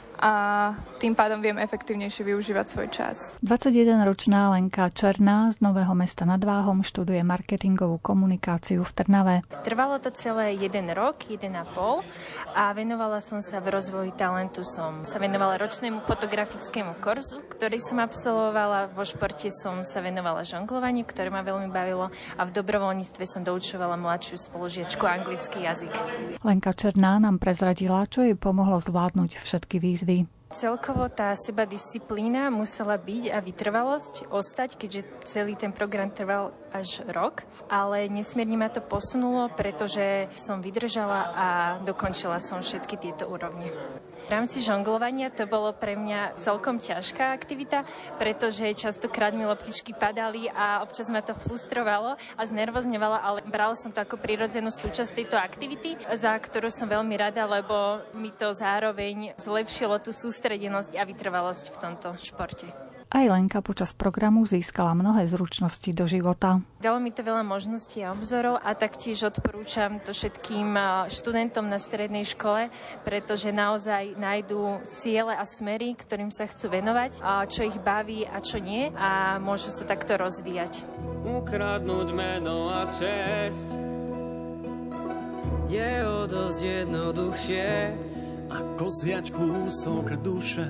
a tým pádom viem efektívnejšie využívať svoj čas. dvadsaťjedenročná Lenka Černá z Nového Mesta nad Váhom študuje marketingovú komunikáciu v Trnave. Trvalo to celé jeden rok, jeden a pol a venovala som sa v rozvoji talentu. Som sa venovala ročnému fotografickému kurzu, ktorý som absolvovala. Vo športe som sa venovala žonglovaniu, ktoré ma veľmi bavilo a v dobrovoľníctve som doučovala mladšiu spolužiačku anglický jazyk. Lenka Černá nám prezradila, čo jej pomohlo zvládnuť všetky výzvy. Celkovo tá sebadisciplína musela byť a vytrvalosť ostať, keďže celý ten program trval až rok, ale nesmierne ma to posunulo, pretože som vydržala a dokončila som všetky tieto úrovne. V rámci žonglovania to bolo pre mňa celkom ťažká aktivita, pretože častokrát mi loptičky padali a občas ma to frustrovalo a znervozňovalo, ale brala som to ako prirodzenú súčasť tejto aktivity, za ktorú som veľmi rada, lebo mi to zároveň zlepšilo tú sústredenosť a vytrvalosť v tomto športe. Aj Lenka počas programu získala mnohé zručnosti do života. Dalo mi to veľa možností a obzorov a taktiež odporúčam to všetkým študentom na strednej škole, pretože naozaj nájdú ciele a smery, ktorým sa chcú venovať, a čo ich baví a čo nie a môžu sa takto rozvíjať. Ukradnúť meno a česť je o dosť jednoduchšie ako zjať kúsok duše.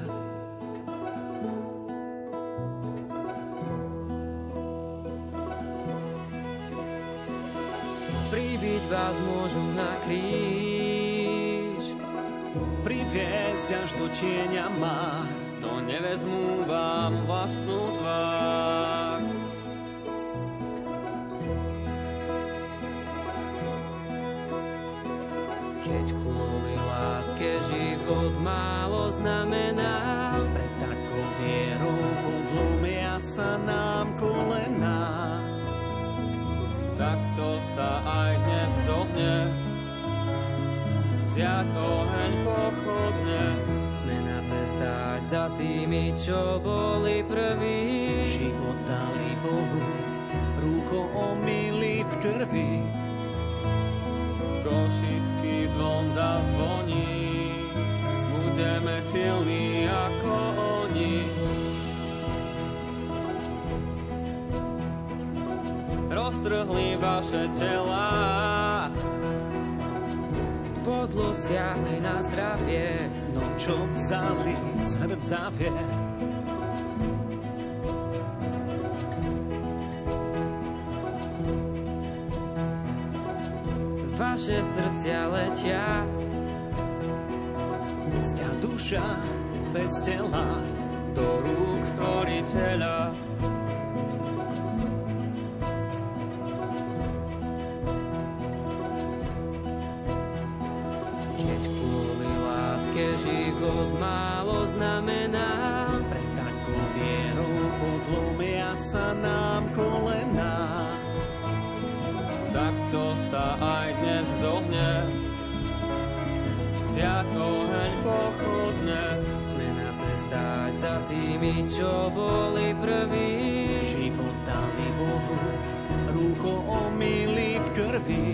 Pribiť vás môžu na kríž, priviesť až do tieňa má, no nevezmú vám vlastnú tvár. Keď kvôli láske život málo znamená, pre takou vierou odlomia sa nám kolená. tak to sa aj dnes zhodne. Vziať oheň pochodne, sme na cestách za tými, čo boli prví. Život dali Bohu, rúcho omýli v krvi. Košický zvon zazvoní, stiahli vaše telá. Podlo siahli na zdravie, no čo vzali z hrdzavie. Vaše srdcia letia, sťa duša bez tela, do rúk stvoriteľa. Keď kvôli láske život málo znamená, pre takú vieru podlomia sa nám kolená. Tak to sa aj dnes zohne, vziať oheň pochodne. Sme na cestách za tými, čo boli prví. Život dali Bohu, rúcho omýli v krvi.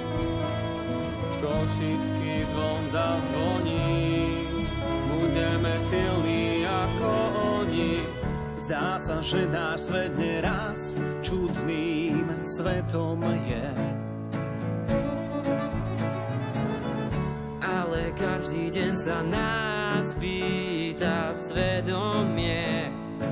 Košický zvon zazvoní, budeme silní ako oni. Zdá sa, že náš svet neraz čudným svetom je. Ale každý deň sa nás pýta svedomie,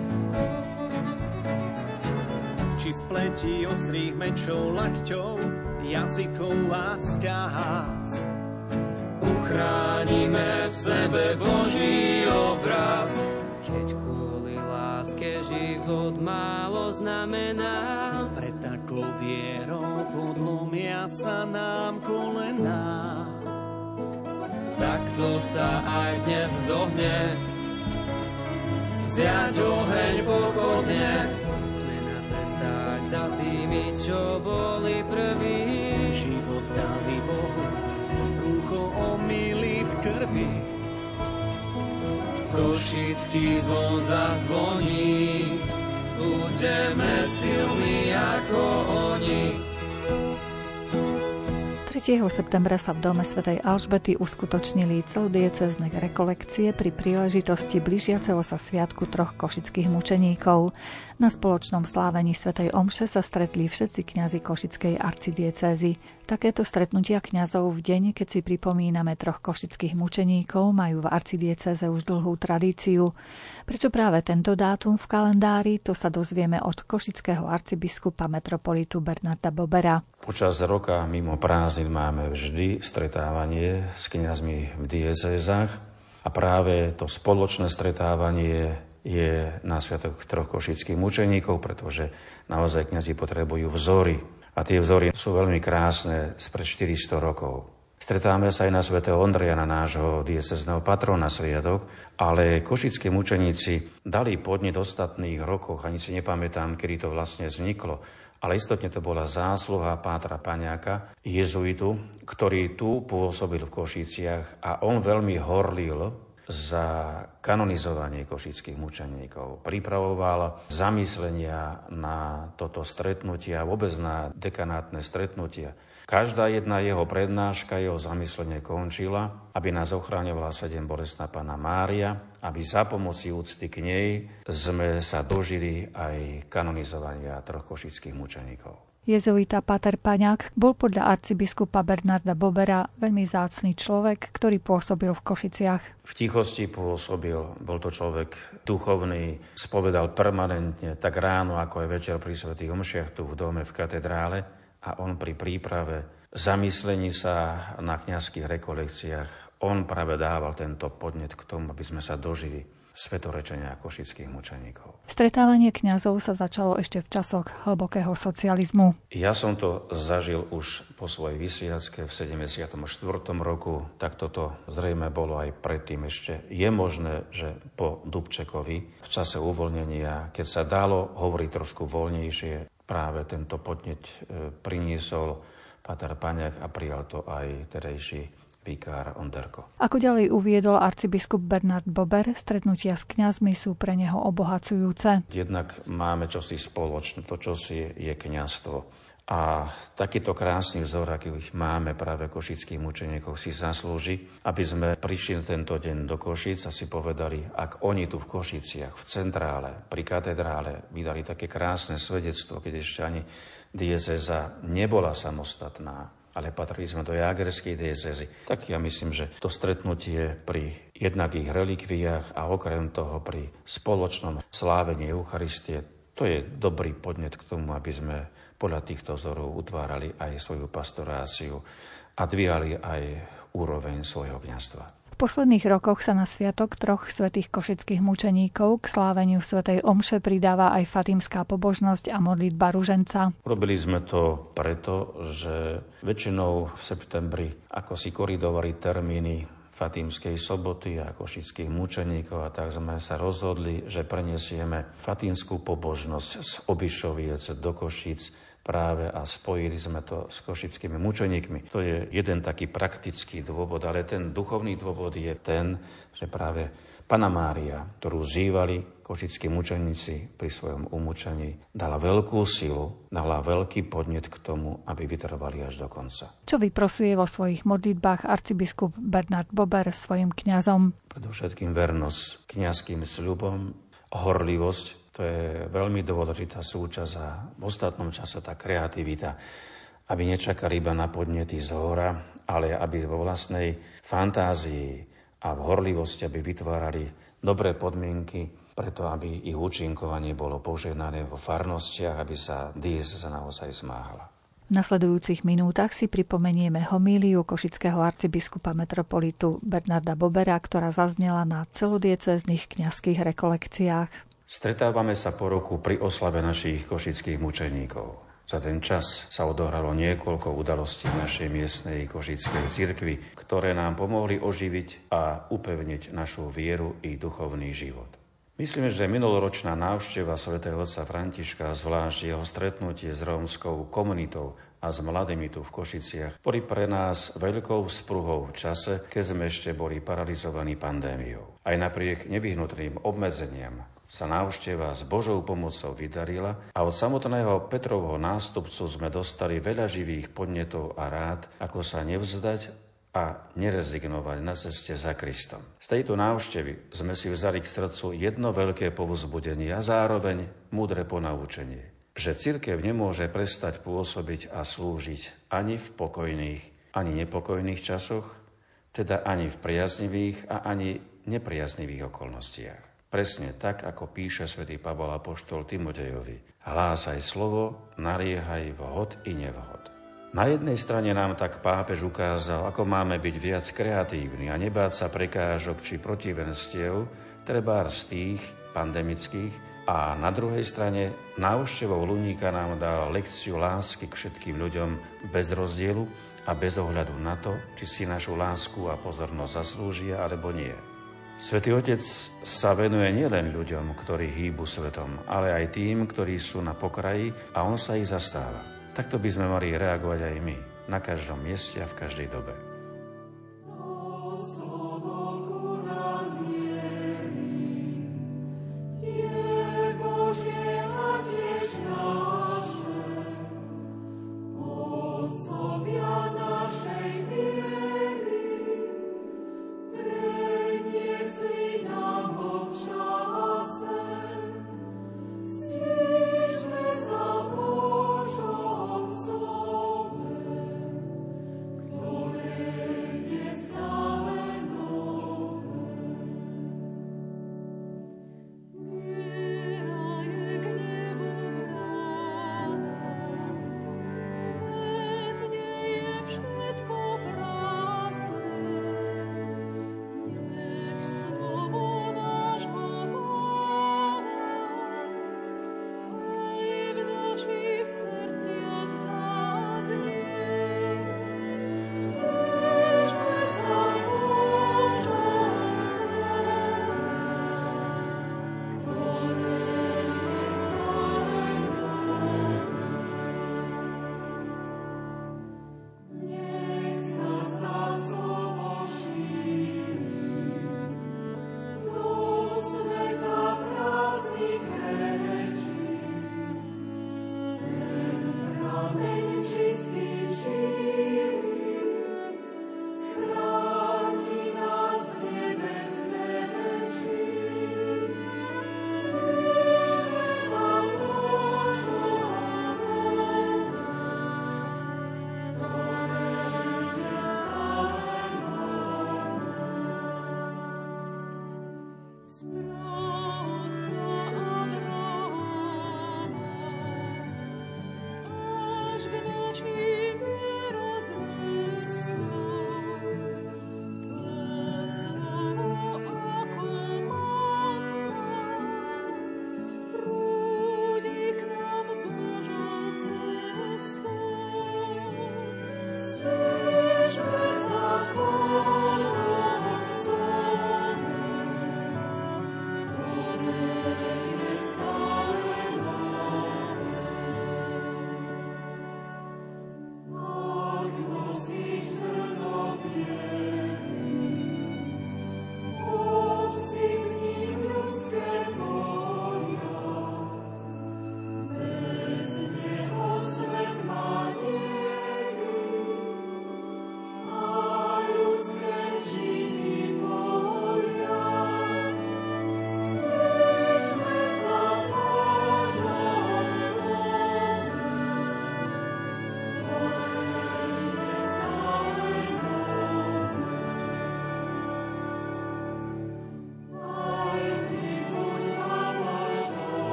či spletí ostrých mečov lakťov, jazykov a skáz. Uchránime v sebe Boží obraz, keď kvôli láske život málo znamená. Pred takou vierou podlomia sa nám kolená. Takto sa aj dnes zohne, vziať oheň pochodne. Sme na cestách za tými, čo boli prví. Život dali Bohu, rúcho omýli v krvi. Košický zvon zazvoní, budeme silní ako oni. tretieho septembra sa v dome svätej Alžbety uskutočnili celodiecézne rekolekcie pri príležitosti blížiaceho sa sviatku troch košických mučeníkov. Na spoločnom slávení svätej omše sa stretli všetci kňazi košickej arcidiecézy. Takéto stretnutia kňazov v deň, keď si pripomíname troch košických mučeníkov, majú v arcidiecéze už dlhú tradíciu. Prečo práve tento dátum v kalendári, to sa dozvieme od košického arcibiskupa metropolitu Bernarda Bobera. Počas roka mimo prázdnin máme vždy stretávanie s kňazmi v diecézach a práve to spoločné stretávanie je na sviatok troch košických mučeníkov, pretože naozaj kňazi potrebujú vzory. A tie vzory sú veľmi krásne spred štyristo rokov. Stretáme sa aj na svätého Ondriana, nášho diecézneho patrona sviatok, ale košickí mučeníci dali podnet ostatných rokoch, ani si nepamätám, kedy to vlastne vzniklo, ale istotne to bola zásluha pátra Paňáka, jezuitu, ktorý tu pôsobil v Košiciach a on veľmi horlil za kanonizovanie košických mučeníkov. Pripravoval zamyslenia na toto stretnutie a vôbec na dekanátne stretnutia. Každá jedna jeho prednáška, jeho zamyslenie končila, aby nás ochraňovala sedem bolestná Panna Mária, aby za pomoci úcty k nej sme sa dožili aj kanonizovania troch košických mučeníkov. Jezuita páter Paňák bol podľa arcibiskupa Bernarda Bobera veľmi vzácny človek, ktorý pôsobil v Košiciach. V tichosti pôsobil, bol to človek duchovný, spovedal permanentne, tak ráno ako aj večer pri svätých omšiach tu v dome v katedrále a on pri príprave zamyslení sa na kňazských rekolekciách, on práve dával tento podnet k tomu, aby sme sa dožili svetorečenia košických mučeníkov. Stretávanie kňazov sa začalo ešte v časoch hlbokého socializmu. Ja som to zažil už po svojej vysviacke v sedemdesiatom štvrtom roku, tak toto zrejme bolo aj predtým ešte. Je možné, že po Dubčekovi v čase uvoľnenia, keď sa dalo hovoriť trošku voľnejšie, práve tento podnet priniesol páter Paňák a prijal to aj terejší vikár Onderko. Ako ďalej uviedol arcibiskup Bernard Bober, stretnutia s kňazmi sú pre neho obohacujúce. Jednak máme čosi spoločné, to čosi je kňazstvo. A takýto krásny vzor, aký máme práve košických mučeníkov, si zaslúži, aby sme prišli tento deň do Košic a si povedali, ak oni tu v Košiciach, v centrále, pri katedrále vydali také krásne svedectvo, keď ešte ani diecéza nebola samostatná, ale patrili sme do Jágerskej diecézy, tak ja myslím, že to stretnutie pri jednak ich relikviách a okrem toho pri spoločnom slávení Eucharistie, to je dobrý podnet k tomu, aby sme podľa týchto vzorov utvárali aj svoju pastoráciu a dvíhali aj úroveň svojho kňazstva. V posledných rokoch sa na sviatok troch svätých košických mučeníkov k sláveniu svätej omše pridáva aj fatímska pobožnosť a modlitba ruženca. Robili sme to preto, že väčšinou v septembri, ako si koridovali termíny Fatímskej soboty a košických mučeníkov, a tak sme sa rozhodli, že prenesieme fatímskú pobožnosť z Obišoviec do Košíc práve a spojili sme to s košickými mučeníkmi. To je jeden taký praktický dôvod, ale ten duchovný dôvod je ten, že práve Panna Mária, ktorú zývali košickí mučeníci pri svojom umúčení, dala veľkú silu, dala veľký podnet k tomu, aby vytrvali až do konca. Čo vyprosuje vo svojich modlitbách arcibiskup Bernard Bober svojim kňazom? Predovšetkým vernosť kňazským sľubom, horlivosť, to je veľmi dôležitá súčasť a v ostatnom čase tá kreativita, aby nečakali iba na podnety z hora, ale aby vo vlastnej fantázii a v horlivosti, aby vytvárali dobré podmienky, preto aby ich účinkovanie bolo požehnané vo farnostiach, aby sa diecéza naozaj zmáhala. V nasledujúcich minútach si pripomenieme homíliu košického arcibiskupa metropolitu Bernarda Bobera, ktorá zaznela na celodiecéznych kňazských rekolekciách. Stretávame sa po roku pri oslave našich košických mučeníkov. Za ten čas sa odohralo niekoľko udalostí v našej miestnej košickej cirkvi, ktoré nám pomohli oživiť a upevniť našu vieru i duchovný život. Myslím, že minuloročná návšteva svätého otca Františka, zvlášť jeho stretnutie s rómskou komunitou a s mladými tu v Košiciach, boli pre nás veľkou spruhou v čase, keď sme ešte boli paralizovaní pandémiou. Aj napriek nevyhnutným obmedzeniam sa návšteva s Božou pomocou vydarila a od samotného Petrovho nástupcu sme dostali veľa živých podnetov a rád, ako sa nevzdať a nerezignovať na ceste za Kristom. Z tejto návštevy sme si vzali k srdcu jedno veľké povzbudenie a zároveň múdre ponaučenie, že cirkev nemôže prestať pôsobiť a slúžiť ani v pokojných, ani nepokojných časoch, teda ani v priaznivých a ani nepriaznivých okolnostiach. Presne tak, ako píše svätý Pavol apoštol Timotejovi. Hlásaj slovo, nariehaj vhod i nevhod. Na jednej strane nám tak pápež ukázal, ako máme byť viac kreatívni a nebáť sa prekážok či protivenstiev, trebárs tých pandemických, a na druhej strane návštevou Luníka nám dal lekciu lásky k všetkým ľuďom bez rozdielu a bez ohľadu na to, či si našu lásku a pozornosť zaslúžia alebo nie. Svätý Otec sa venuje nielen ľuďom, ktorí hýbu svetom, ale aj tým, ktorí sú na pokraji a on sa ich zastáva. Takto by sme mali reagovať aj my, na každom mieste a v každej dobe. Ktoré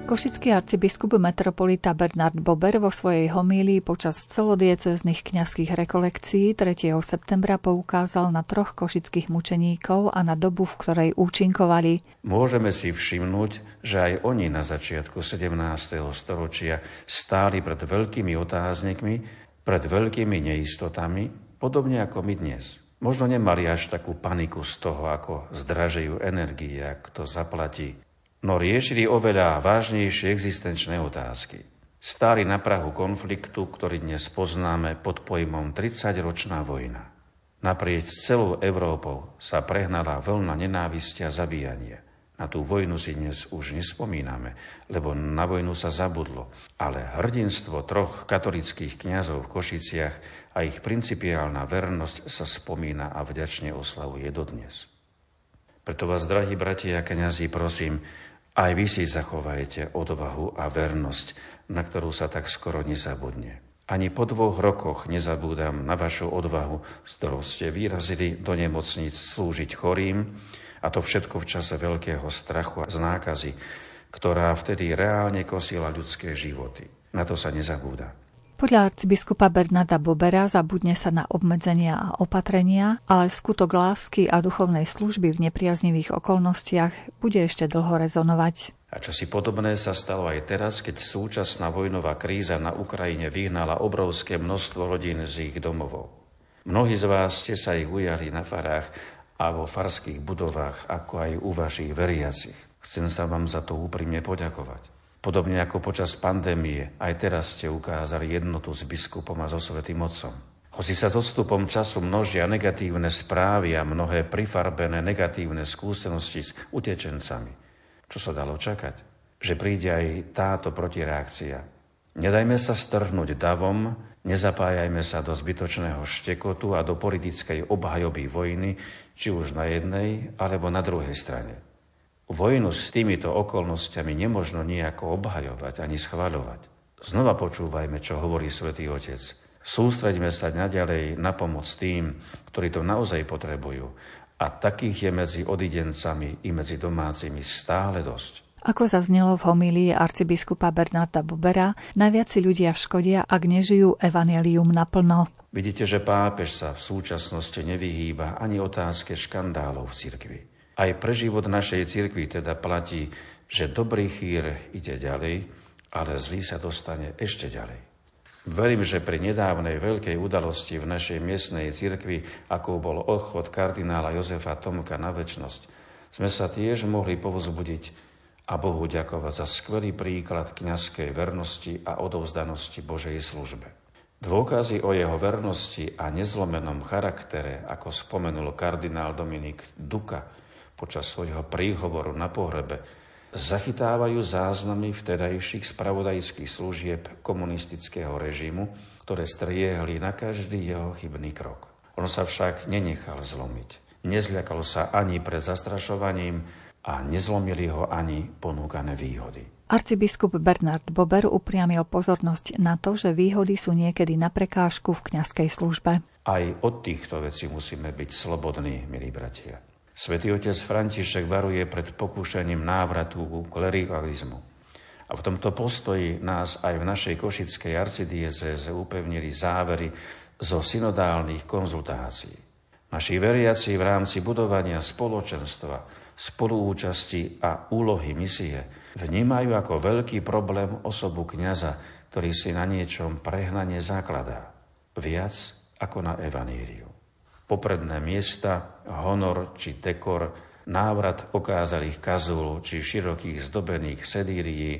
Košický arcibiskup metropolita Bernard Bober vo svojej homílii počas celodiecéznych kňazských rekolekcií tretieho septembra poukázal na troch košických mučeníkov a na dobu, v ktorej účinkovali. Môžeme si všimnúť, že aj oni na začiatku sedemnásteho storočia stáli pred veľkými otáznikmi, pred veľkými neistotami, podobne ako my dnes. Možno nemali až takú paniku z toho, ako zdražejú energie, ak to zaplatí, no riešili oveľa vážnejšie existenčné otázky. Stáli na prahu konfliktu, ktorý dnes poznáme pod pojmom tridsaťročná vojna. Naprieč celou Európou sa prehnala vlna nenávisti a zabíjania. Na tú vojnu si dnes už nespomíname, lebo na vojnu sa zabudlo. Ale hrdinstvo troch katolických kňazov v Košiciach a ich principiálna vernosť sa spomína a vďačne oslavuje dodnes. Preto vás, drahí bratia a kňazi, prosím, aj vy si zachovajte odvahu a vernosť, na ktorú sa tak skoro nezabudne. Ani po dvoch rokoch nezabúdam na vašu odvahu, s ktorou ste vyrazili do nemocníc slúžiť chorým, a to všetko v čase veľkého strachu a z nákazy, ktorá vtedy reálne kosila ľudské životy. Na to sa nezabúda. Podľa arcibiskupa Bernarda Bobera zabudne sa na obmedzenia a opatrenia, ale skutok lásky a duchovnej služby v nepriaznivých okolnostiach bude ešte dlho rezonovať. A čosi podobné sa stalo aj teraz, keď súčasná vojnová kríza na Ukrajine vyhnala obrovské množstvo rodín z ich domovov. Mnohí z vás ste sa ich ujali na farách a vo farských budovách, ako aj u vašich veriacich. Chcem sa vám za to úprimne poďakovať. Podobne ako počas pandémie, aj teraz ste ukázali jednotu s biskupom a so Svätým Otcom. Hoci sa s odstupom času množia negatívne správy a mnohé prifarbené negatívne skúsenosti s utečencami, čo sa dalo čakať? Že príde aj táto protireakcia. Nedajme sa strhnúť davom, nezapájajme sa do zbytočného štekotu a do politickej obhajoby vojny, či už na jednej, alebo na druhej strane. Vojnu s týmito okolnostiami nemožno nejako obhajovať ani schvaľovať. Znova počúvajme, čo hovorí Svätý Otec. Sústreďme sa naďalej na pomoc tým, ktorí to naozaj potrebujú. A takých je medzi odidencami i medzi domácimi stále dosť. Ako zaznelo v homílii arcibiskupa Bernarda Bobera, najviac si ľudia škodia, ak nežijú evanjelium naplno. Vidíte, že pápež sa v súčasnosti nevyhýba ani otázke škandálov v cirkvi. Aj pre život našej cirkvi teda platí, že dobrý chýr ide ďalej, ale zlý sa dostane ešte ďalej. Verím, že pri nedávnej veľkej udalosti v našej miestnej cirkvi, ako bol odchod kardinála Jozefa Tomka na večnosť, sme sa tiež mohli povzbudiť a Bohu ďakovať za skvelý príklad kňazskej vernosti a odovzdanosti Božej službe. Dôkazy o jeho vernosti a nezlomenom charaktere, ako spomenul kardinál Dominik Duka počas svojho príhovoru na pohrebe, zachytávajú záznamy vtedajších spravodajských služieb komunistického režimu, ktoré striehli na každý jeho chybný krok. On sa však nenechal zlomiť. Nezľakal sa ani pred zastrašovaním a nezlomili ho ani ponúkané výhody. Arcibiskup Bernard Bober upriamil pozornosť na to, že výhody sú niekedy na prekážku v kňazskej službe. Aj od týchto vecí musíme byť slobodní, milí bratia. Svätý Otec František varuje pred pokúšaním návratu ku klerikalizmu. A v tomto postoji nás aj v našej košickej arcidiecéze upevnili závery zo synodálnych konzultácií. Naši veriaci v rámci budovania spoločenstva, spoluúčasti a úlohy misie vnímajú ako veľký problém osobu kňaza, ktorý si na niečom prehnane zakladá. Viac ako na evaníliu. Popredné miesta, honor či dekor, návrat okázalých kazúl či širokých zdobených sedírií,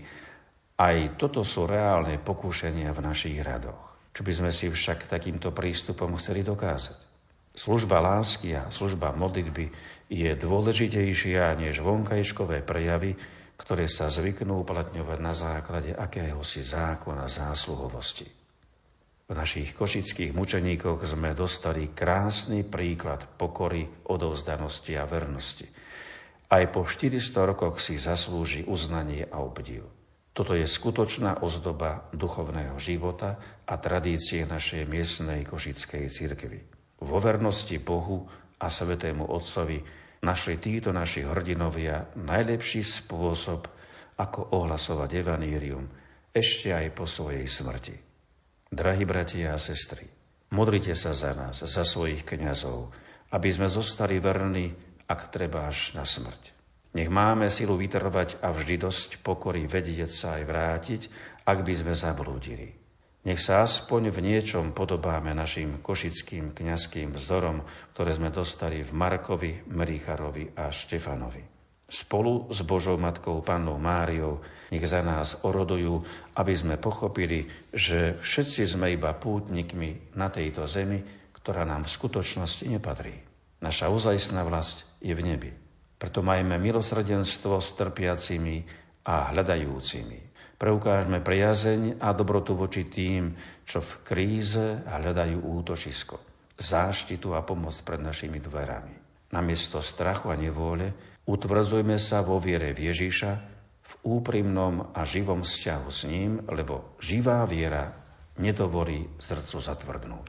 aj toto sú reálne pokúšania v našich radoch. Čo by sme si však takýmto prístupom chceli dokázať? Služba lásky a služba modlitby je dôležitejšia než vonkajškové prejavy, ktoré sa zvyknú uplatňovať na základe akéhosi zákona zásluhovosti. V našich košických mučeníkoch sme dostali krásny príklad pokory, odovzdanosti a vernosti. Aj po štyristo rokoch si zaslúži uznanie a obdiv. Toto je skutočná ozdoba duchovného života a tradície našej miestnej košickej cirkvi. Vo vernosti Bohu a Svätému Otcovi našli títo naši hrdinovia najlepší spôsob, ako ohlasovať evanílium ešte aj po svojej smrti. Drahí bratia a sestry, modlite sa za nás, za svojich kňazov, aby sme zostali verní, ak treba až na smrť. Nech máme silu vytrvať a vždy dosť pokory vedieť sa aj vrátiť, ak by sme zablúdili. Nech sa aspoň v niečom podobáme našim košickým kňazským vzorom, ktoré sme dostali v Markovi, Mericharovi a Štefanovi. Spolu s Božou Matkou Pannou Máriou nech za nás orodujú, aby sme pochopili, že všetci sme iba pútnikmi na tejto zemi, ktorá nám v skutočnosti nepatrí. Naša ozajstná vlast je v nebi. Preto majme milosrdenstvo s trpiacimi a hľadajúcimi. Preukážme priazeň a dobrotu voči tým, čo v kríze hľadajú útočisko, záštitu a pomoc pred našimi dverami. Namiesto strachu a nevôle utvrdzujme sa vo viere v Ježiša, v úprimnom a živom vzťahu s ním, lebo živá viera nedovolí srdcu zatvrdnúť.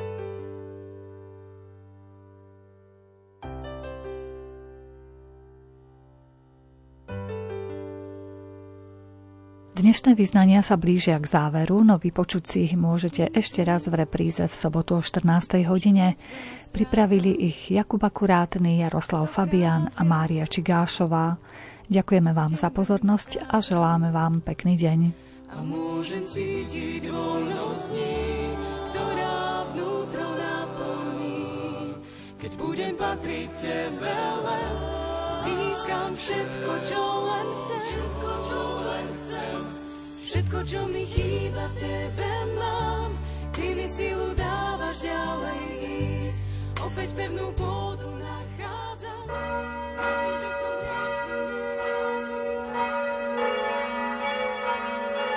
Dnešné vyznania sa blížia k záveru, no vypočuť si ich môžete ešte raz v repríze v sobotu o štrnástej hodine. Pripravili ich Jakub Akurátny, Jaroslav Fabián a Mária Čigášová. Ďakujeme vám za pozornosť a želáme vám pekný deň. A môžem cítiť voľnosť ní, ktorá vnútro naplní. Keď budem patriť tebe len, získam všetko, čo len chcem. Všetko, čo len chcem. Všetko, čo mi chýba, v tebe mám. Ty mi silu dávaš ďalej ísť. Opäť pevnú